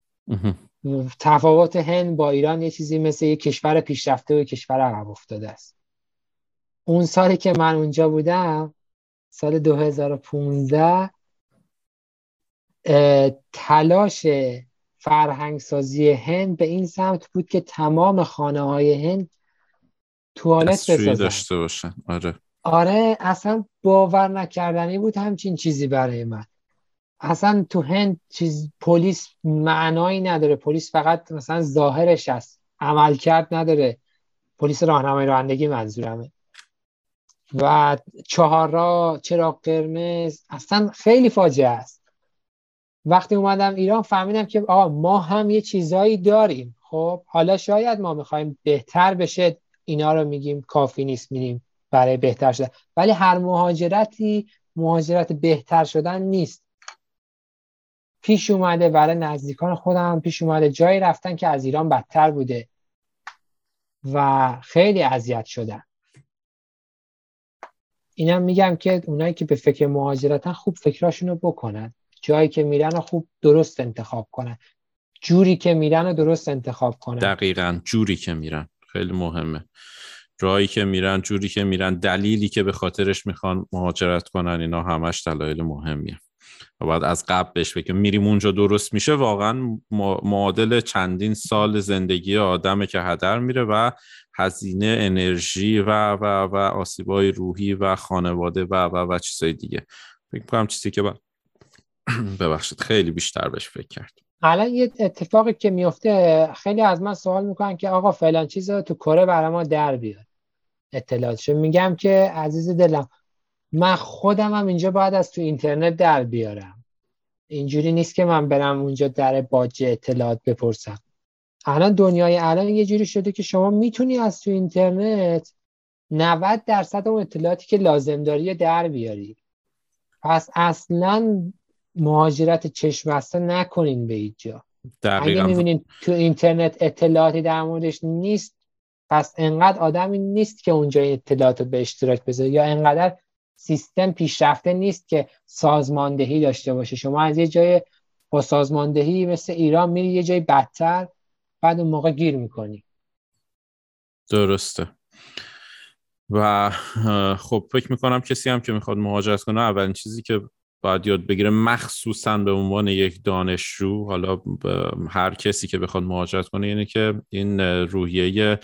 تفاوت هند با ایران یه چیزی مثل یه کشور پیشرفته و کشور عقب افتاده است. اون سالی که من اونجا بودم سال 2015 تلاش فرهنگ سازی هند به این سمت بود که تمام خانه‌های هند توالت بسازن، داشته باشن. آره اصلا باور نکردنی بود همچین چیزی برای من. اصلا تو هند پلیس معنایی نداره، پلیس فقط مثلا ظاهرش است، عملکرد نداره. پلیس راهنمایی رانندگی منظورمه. و چهارراه، چراغ قرمز، اصلا خیلی فاجعه است. وقتی اومدم ایران فهمیدم که ما هم یه چیزایی داریم. خب حالا شاید ما میخوایم بهتر بشه، اینا رو میگیم کافی نیست، میریم برای بهتر شدن، ولی هر مهاجرتی مهاجرت بهتر شدن نیست. پیش اومده برای نزدیکان خودم، پیش اومده جایی رفتن که از ایران بدتر بوده و خیلی اذیت شدن. اینم میگم که اونایی که به فکر مهاجرتن خوب فکراشونو بکنن، جایی که میرن رو خوب درست انتخاب کنن، جوری که میرن رو درست انتخاب کنن. دقیقاً جوری که میرن خیلی مهمه. جایی که میرن، جوری که میرن، دلیلی که به خاطرش میخوان مهاجرت کنن، اینا همش دلایل مهمیه. و بعد از قبل بهش بگم میریم اونجا درست میشه، واقعا معادل چندین سال زندگی آدمه که هدر میره و هزینه انرژی و آسیبای روحی و خانواده و چیزای دیگه. فکر کنم چیزی که ببخشید خیلی بیشتر بهش فکر کرد. الان یه اتفاقی که میفته، خیلی از من سوال میکنن که آقا فلان چیز رو تو کره برای ما در بیار اطلاعاتشو. میگم که عزیز دلم، من خودم هم اینجا باید از تو اینترنت در بیارم. اینجوری نیست که من برم اونجا در باجه اطلاعات بپرسم. الان دنیای الان یه جوری شده که شما میتونی از تو اینترنت 90% اون اطلاعاتی که لازم داری در بیاری. پس اصلا مهاجرت چشم بسته نکنین به هیچ جا. اگه میبینین تو اینترنت اطلاعاتی در موردش نیست، پس انقدر آدمی نیست که اونجا اطلاعات رو به اشتراک بذاره، یا انقدر سیستم پیشرفته نیست که سازماندهی داشته باشه. شما از یه جای با سازماندهی مثل ایران میری یه جای بدتر، بعد اون موقع گیر میکنی. درسته. و خب فکر میکنم کسی هم که میخواد مهاجرت کنه اولین چیزی که باید یاد بگیره، مخصوصا به عنوان یک دانشجو. حالا هر کسی که بخواد مهاجرت کنه، یعنی که این روحیه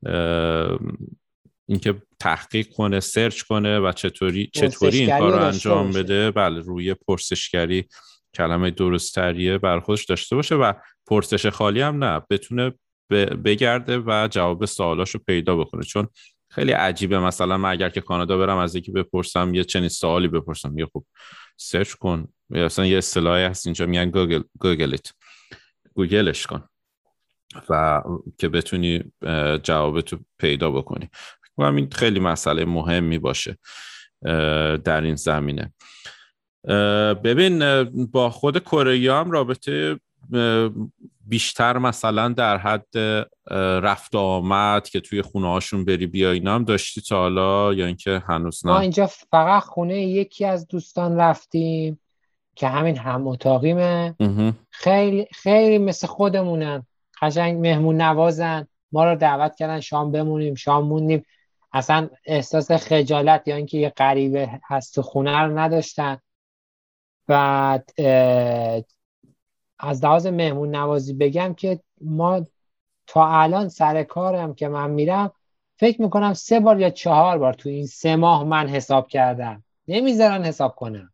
اینکه تحقیق کنه، سرچ کنه و چطوری این کار رو انجام بده. بله، روی پرسشگری کلمه درست‌تریه بر خودش داشته باشه و پرسش خالی هم نه، بتونه بگرده و جواب سوالاشو پیدا بکنه. چون خیلی عجیبه مثلا من اگر که کانادا برم از یکی بپرسم یه چنین سوالی بپرسم، یه خب سرچ کن، یا مثلا یه اصطلاحی هست اینجا میگن گوگلش کن و که بتونی جوابتو پیدا بکنی. و همین خیلی مسئله مهمی باشه در این زمینه. ببین با خود کره هم رابطه بیشتر مثلا در حد رفت آمد که توی خونه هاشون بری بیا اینا هم داشتی تا حالا یا اینکه هنوز نه؟ ما اینجا فقط خونه یکی از دوستان رفتیم که همین هم اتاقیمه. خیلی خیلی مثل خودمونن، قشنگ مهمون نوازن، ما رو دعوت کردن شام بمونیم، شام موندیم، اصلا احساس خجالت یا اینکه یه غریبه هست تو خونه رو نداشتن. بعد از لحاظ مهمون نوازی بگم که ما تا الان سر کارم که من میرم فکر میکنم 3 بار یا 4 بار تو این 3 ماه من حساب کردم، نمیذارن حساب کنم.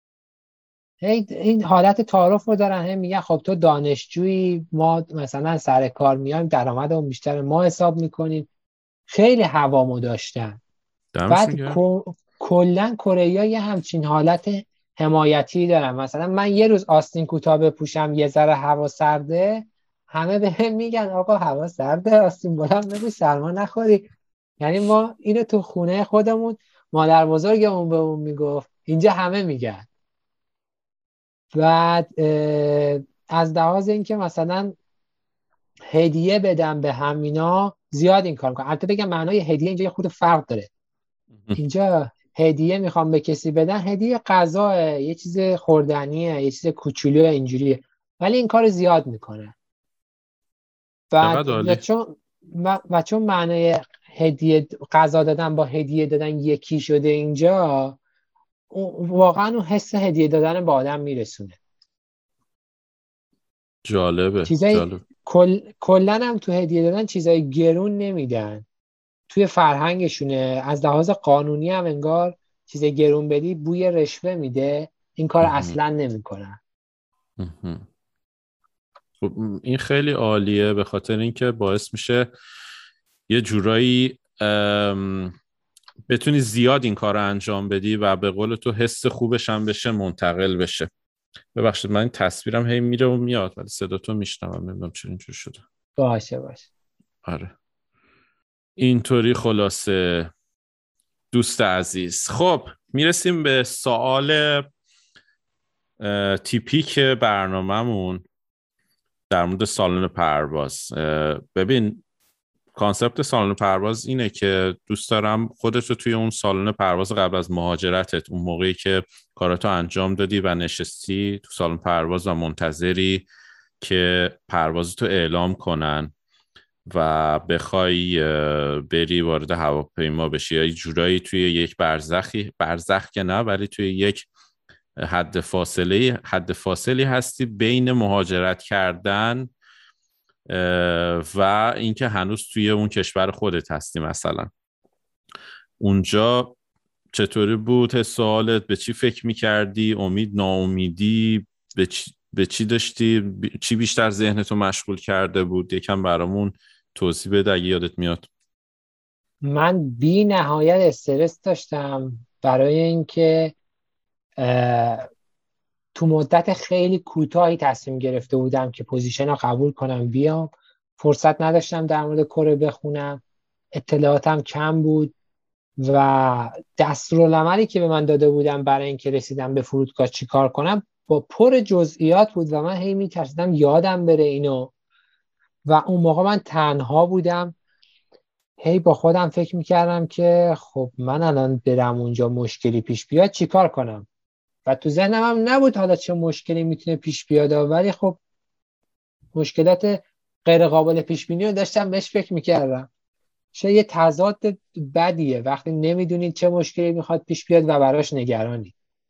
این حالت تعارف رو دارن، میگن خب تو دانشجویی، ما مثلا سر کار میایم درآمدمون بیشتره، ما حساب میکنیم. خیلی هوامو داشتن. بعد کلا کره‌ای‌ها یه همچین حالت حمایتی دارن. مثلا من یه روز آستین کوتاه بپوشم یه ذره هوا سرده، همه بهم میگن آقا هوا سرده، آستین بلند بپوش سرما نخوری. یعنی ما اینو تو خونه خودمون مادر بزرگمون بهمون میگفت، اینجا همه میگن. بعد از لحاظ اینکه مثلا هدیه بدم به همینا زیاد این کار میکنم. البته بگم معنای هدیه اینجا یه خود فرق داره. اینجا هدیه میخوام به کسی بدن، هدیه غذا، یه چیز خوردنیه، یه چیز کوچولو اینجوریه، ولی این کار زیاد میکنه. بعد چون معنای هدیه غذا دادن با هدیه دادن یکی شده اینجا، واقعا اون حس هدیه دادن به آدم میرسونه. جالبه. کلن هم تو هدیه دادن چیزای گرون نمیدن، توی فرهنگشونه. از لحاظ قانونی هم انگار چیز گرون بدی بوی رشوه میده، این کار اصلا نمیکنن. خب این خیلی عالیه، به خاطر اینکه باعث میشه یه جورایی بتونی زیاد این کار رو انجام بدی و به قول تو حس خوبش هم بشه منتقل بشه. ببخشید من این تصویرم هی میره و میاد ولی صدا تو میشنوم، نمیدونم چرا اینجور شده. باشه آره اینطوری. خلاصه دوست عزیز، خب میرسیم به سوال تیپیک برنامه‌مون در مورد سالن پرواز. ببین کانسپت سالن پرواز اینه که دوست دارم خودت رو توی اون سالن پرواز قبل از مهاجرتت، اون موقعی که کاراتو انجام دادی و نشستی تو سالن پرواز و منتظری که پروازتو اعلام کنن و بخوای بری وارد هواپیما بشی، یا جورایی توی یک برزخ که نه ولی توی یک حد فاصلی هستی بین مهاجرت کردن و اینکه هنوز توی اون کشور خودت هستی. مثلا اونجا چطوری بود حس و حالت؟ به چی فکر میکردی؟ امید، ناامیدی؟ به چی داشتی؟ چی بیشتر ذهنتو مشغول کرده بود؟ یکم برامون توضیح بده اگه یادت میاد. من بی نهایت استرس داشتم برای اینکه تو مدت خیلی کوتاهی تصمیم گرفته بودم که پوزیشن رو قبول کنم بیام. فرصت نداشتم در مورد کره بخونم، اطلاعاتم کم بود و دستورالعملی که به من داده بودم برای اینکه رسیدم به فرودگاه چی کار کنم با پر جزئیات بود و من هی می‌ترسیدم یادم بره اینو. و اون موقع من تنها بودم، هی با خودم فکر میکردم که خب من الان برم اونجا مشکلی پیش بیاد چی کار کنم. و تو ذهنم هم نبود حالا چه مشکلی میتونه پیش بیاد، ولی خب مشکلات غیر قابل پیش بینی رو داشتم بهش فکر میکردم. چه یه تضاد بدیه وقتی نمیدونید چه مشکلی میخواد پیش بیاد و براش نگرانی.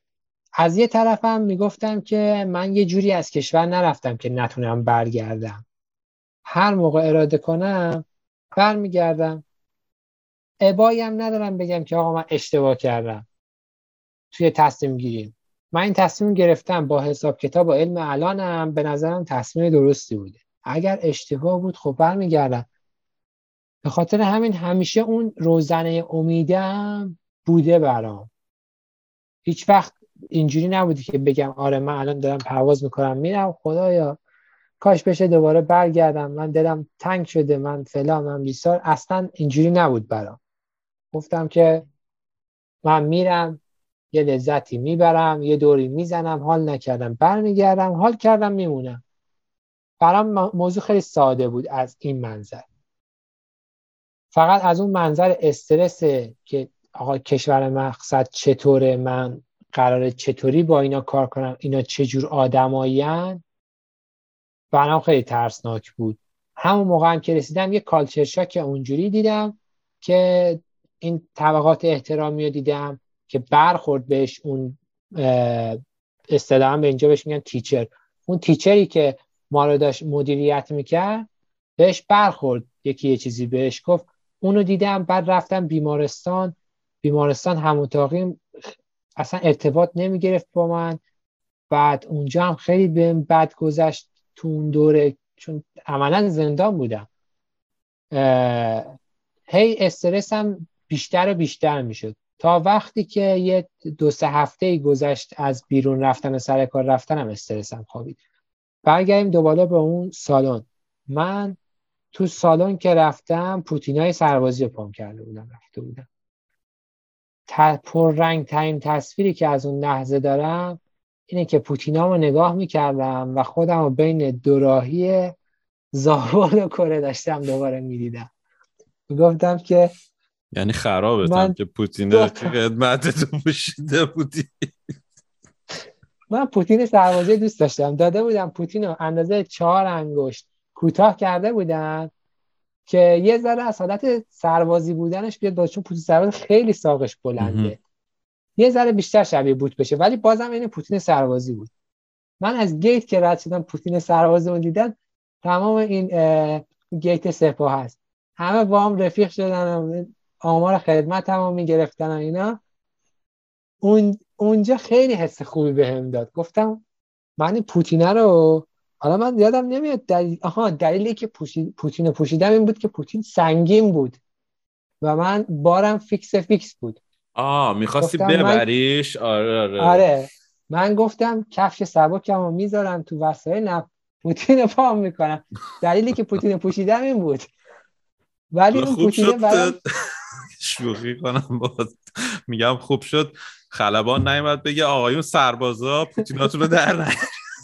از یه طرفم میگفتم که من یه جوری از کشور نرفتم که نتونم برگردم، هر موقع اراده کنم برمیگردم. ابایی هم ندارم بگم که آقا من اشتباه کردم توی تصمیم گیریم. من این تصمیم گرفتم با حساب کتاب و علم الانم به نظرم تصمیم درستی بوده. اگر اشتباه بود خب برمیگردم. به خاطر همین همیشه اون روزنه امیدم بوده برام. هیچ وقت اینجوری نبودی که بگم آره من الان دارم پرواز میکنم میرم خدایا کاش بشه دوباره برگردم، من دلم تنگ شده، من فلان، من بیسار. اصلا اینجوری نبود برام. گفتم که من میرم یه لذتی میبرم، یه دوری میزنم، حال نکردم برمیگردم، حال کردم میمونم. برام موضوع خیلی ساده بود از این منظر. فقط از اون منظر استرس که آقا کشور مقصد چطوره، من قراره چطوری با اینا کار کنم، اینا چجور آدمایین، برام خیلی ترسناک بود. همون موقع هم که رسیدم یه کالچر شاک اونجوری دیدم که این طبقات احترامی رو دیدم که برخورد بهش اون اصطلاحاً به اینجا بهش میگن تیچر. اون تیچری که ما رو داشت مدیریت میکرد بهش برخورد، یکی یه چیزی بهش گفت، اونو دیدم. بعد رفتم بیمارستان هماتاقیم اصلا ارتباط نمیگرفت با من. بعد اونجا هم خیلی بهم بد گذشت تو اون دوره، چون عملا زندان بودم. هی استرسم بیشتر و بیشتر میشد تا وقتی که یه 2-3 هفته گذشت از بیرون رفتن و سر کار رفتنم استرسم خوابید. برگردیم دوباره به اون سالن. من تو سالن که رفتم پوتینای سربازی رو پام کرده بودم، رفته بودم. پررنگ ترین تصویری که از اون لحظه دارم اینه که پوتینامو نگاه میکردم و خودم رو بین دوراهی زاوال و کره داشتم دوباره میدیدم. میگفتم که یعنی خرابتم که پوتین خدمتتون پوشیده بودی. من پوتین سربازی دوست داشتم، داده بودم پوتین رو اندازه 4 انگشت کوتاه کرده بودن که یه ذره از حالت سربازی بودنش بیاد، چون پوتین سربازی خیلی ساقش بلنده، یه ذره بیشتر شبیه بوت بشه، ولی بازم این پوتین سربازی بود. من از گیت که رد شدم پوتین سربازی رو دیدم، تمام این گیت سپاه هست همه با هم رفیق شدن، آمار خدمت هم میگرفتن اینا. اونجا خیلی حس خوبی بهم داد. گفتم من این پوتینه رو، حالا من یادم نمیاد دلیلی که پوتین پوشیدم این بود که پوتین سنگین بود و من بارم فیکس بود. میخواستی ببریش؟ آره من گفتم کفش سبکم رو میذارم تو وسایل، پوتین پام میکنم. دلیلی که پوتین پوشیدم این بود. ولی اون خوب پوتینه برام شوخی کنم باز میگم خوب شد خلبان نیامد بگه آقایون سربازا پوتیناتون رو در نیارید.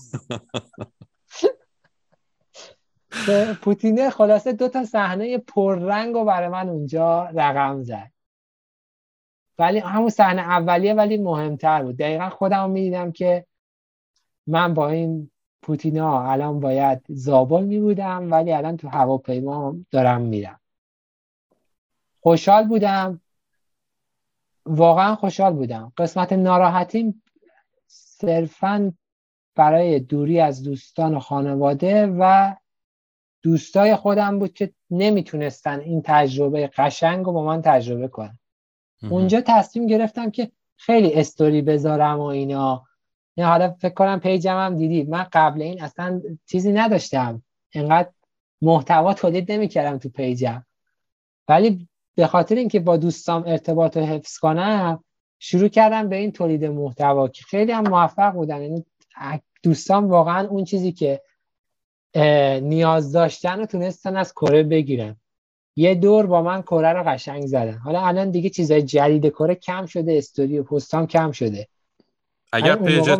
پوتینه خلاصه 2 صحنه پررنگ رو برای من اونجا رقم زد. ولی همون صحنه اولیه ولی مهمتر بود. دقیقا خودم میدیدم که من با این پوتینا الان باید زابل میبودم ولی الان تو هواپیما دارم میرم. خوشحال بودم، واقعا خوشحال بودم. قسمت ناراحتیم صرفاً برای دوری از دوستان و خانواده و دوستای خودم بود که نمیتونستن این تجربه قشنگ رو با من تجربه کنن. اونجا تصمیم گرفتم که خیلی استوری بذارم و اینا. نه حالا فکر کنم پیجم هم دیدی، من قبل این اصلا چیزی نداشتم، اینقدر محتوا تولید نمیکردم تو پیجم، ولی به خاطر اینکه با دوستام ارتباط رو حفظ کنم شروع کردم به این تولید محتوا که خیلی هم موفق بودن. یعنی دوستام واقعا اون چیزی که نیاز داشتن رو تونستن از کره بگیرن. یه دور با من کره رو قشنگ زدن. حالا الان دیگه چیزای جدید کره کم شده، استوری و پستام کم شده. اگر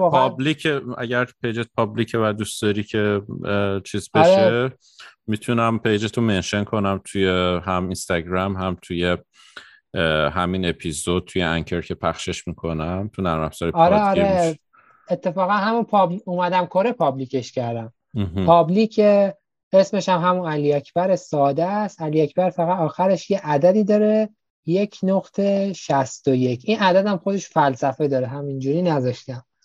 پیجت پابلیکه و دوست داری که چیز بشه میتونم پیجتو منشن کنم توی هم اینستاگرام هم توی همین اپیزود توی انکر که پخشش میکنم تو نرم افزار پادگیر. آره اتفاقا همون اومدم کره پابلیکش کردم. پابلیک اسمش هم همون علی اکبر ساده است. علی اکبر فقط آخرش یه عددی داره 1.61. این عدد هم خودش فلسفه داره، همینجوری نذاشتم.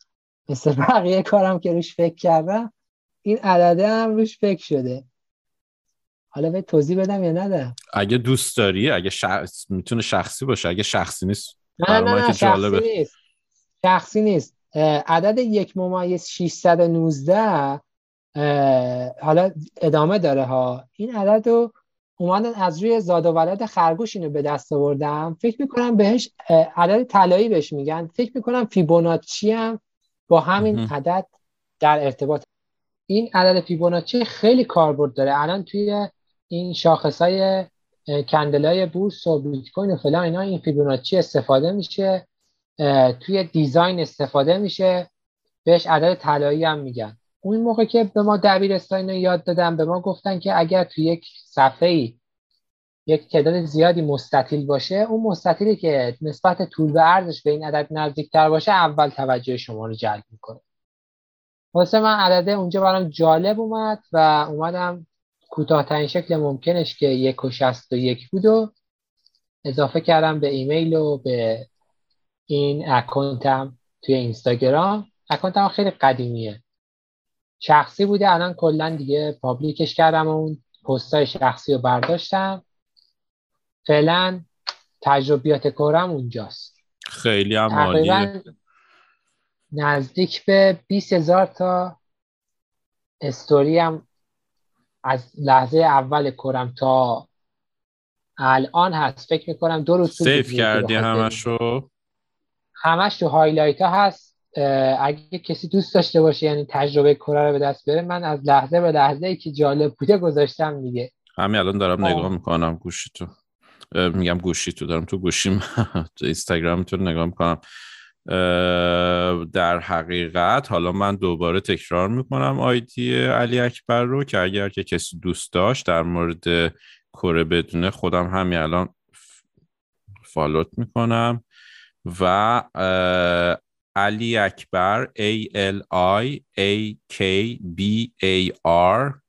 مثل بقیه کارم که روش فکر کردم این عدده هم روش فکر شده. حالا به توضیح بدم یا ندم؟ اگه دوست داری، اگه میتونه شخصی باشه، اگه شخصی نیست نه شخصی نیست. عدد 1/619 حالا ادامه داره ها. این عدد رو اومدن از روی زاد و ولد خرگوش اینو به دست آوردم. فکر میکنم بهش عدد طلایی بهش میگن. فکر میکنم فیبوناچی هم با همین عدد در ارتباط. این عدد فیبوناچی خیلی کاربرد داره. الان توی این شاخصای کندلای بورس و بیت کوین و فلان اینا این فیبوناچی استفاده میشه، توی دیزاین استفاده میشه، بهش عدد طلایی هم میگن. اون موقع که به ما دبیرستان اینو یاد دادن به ما گفتن که اگر توی یک صفحه‌ای یک تعداد زیادی مستطیل باشه، اون مستطیلی که نسبت طول به عرضش به این عدد نزدیکتر باشه اول توجه شما رو جلب میکنه. واسه من عدده اونجا برام جالب اومد و اومدم کوتاه‌ترین شکل ممکنش که 1.61 بود و اضافه کردم به ایمیل و به این اکانتم توی اینستاگرام. اکانتم خیلی قدیمیه، شخصی بوده، الان کلا دیگه پابلیکش کردم و اون پستای شخصی رو برداشتم. فعلا تجربیات کارم اونجاست. خیلی هم عالیه. نزدیک به 20,000 تا استوری هم از لحظه اول کارم تا الان هست. فکر میکنم 2 روز سیف کردی همش تو هایلایت ها هست. اگه کسی دوست داشته باشه یعنی تجربه کره رو به دست بره، من از لحظه به لحظه‌ای که جالب بوده گذاشتم دیگه. همین الان دارم نگاه میکنم گوشی تو دارم تو گوشیم تو اینستاگرام تو نگاه میکنم. در حقیقت حالا من دوباره تکرار میکنم آیدی علی اکبر رو که اگر که کسی دوست داشت در مورد کره بدونه، خودم همین الان فالوت میکنم و علی اکبر ALIAKBAR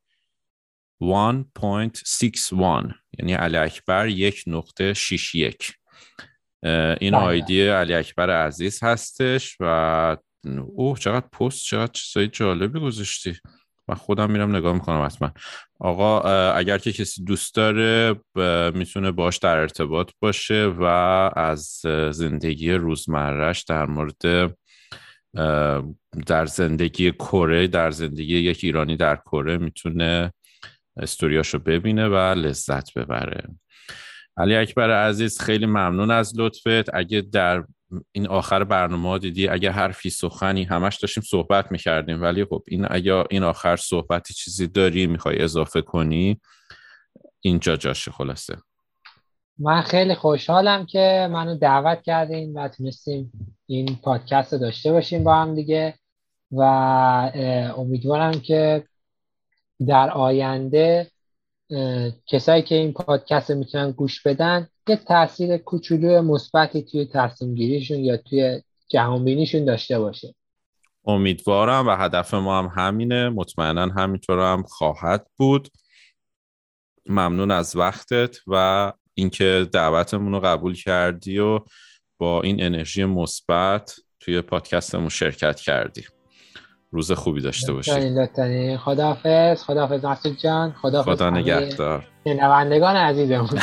1.61 یعنی علی اکبر 1.61. این آیدی علی اکبر عزیز هستش و چقدر پست، چقدر چیزای جالبی گذاشتی. من خودم میرم نگاه میکنم حتما. آقا اگر که کسی دوست داره میتونه باش در ارتباط باشه و از زندگی روزمرهش در مورد در زندگی کره، در زندگی یک ایرانی در کره میتونه استوریاشو ببینه و لذت ببره. علی اکبر عزیز خیلی ممنون از لطفت. اگه در این آخر برنامه دیدی اگه حرفی سخنی همش داشتیم صحبت میکردیم، ولی خب اگه این آخر صحبتی چیزی داری میخوای اضافه کنی اینجا جاشه. خلاصه من خیلی خوشحالم که منو دعوت کردین و تونستیم این پادکست رو داشته باشیم با هم دیگه و امیدوارم که در آینده کسایی که این پادکست رو میتونن گوش بدن یه تاثیر کوچولو مثبتی توی تصمیم گیریشون یا توی جهانبینیشون داشته باشه. امیدوارم و هدف ما هم همینه، مطمئنا همینطور هم خواهد بود. ممنون از وقتت و اینکه دعوتمون رو قبول کردی و با این انرژی مثبت توی پادکستمون شرکت کردی. روز خوبی داشته باشی. لطفاً. خداحافظ مسعود جان. خدا نگهدار. شنوندگان عزیزمون.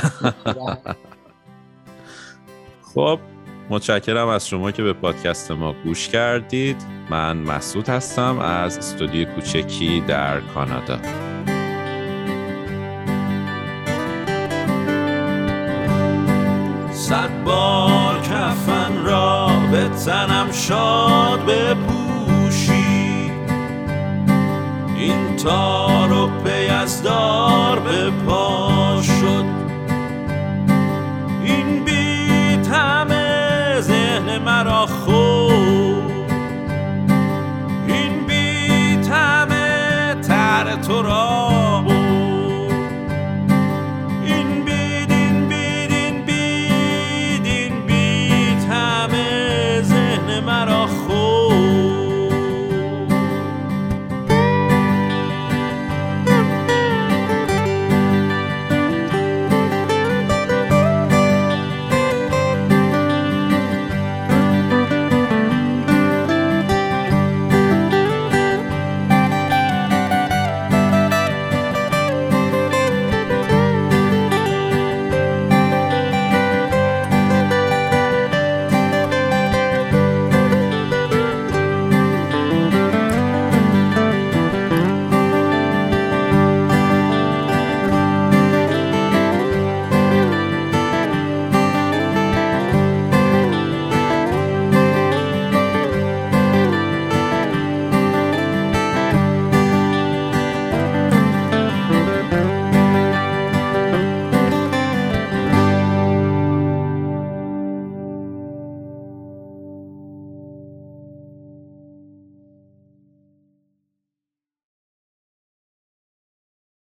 خب متشکرم از شما که به پادکست ما گوش کردید. من مسعود هستم از استودیوی کوچکی در کانادا. صد بار کفن را به تنم شاد بپوشی، این تار و پی از دار به پا شد، این بیت همه ذهن مرا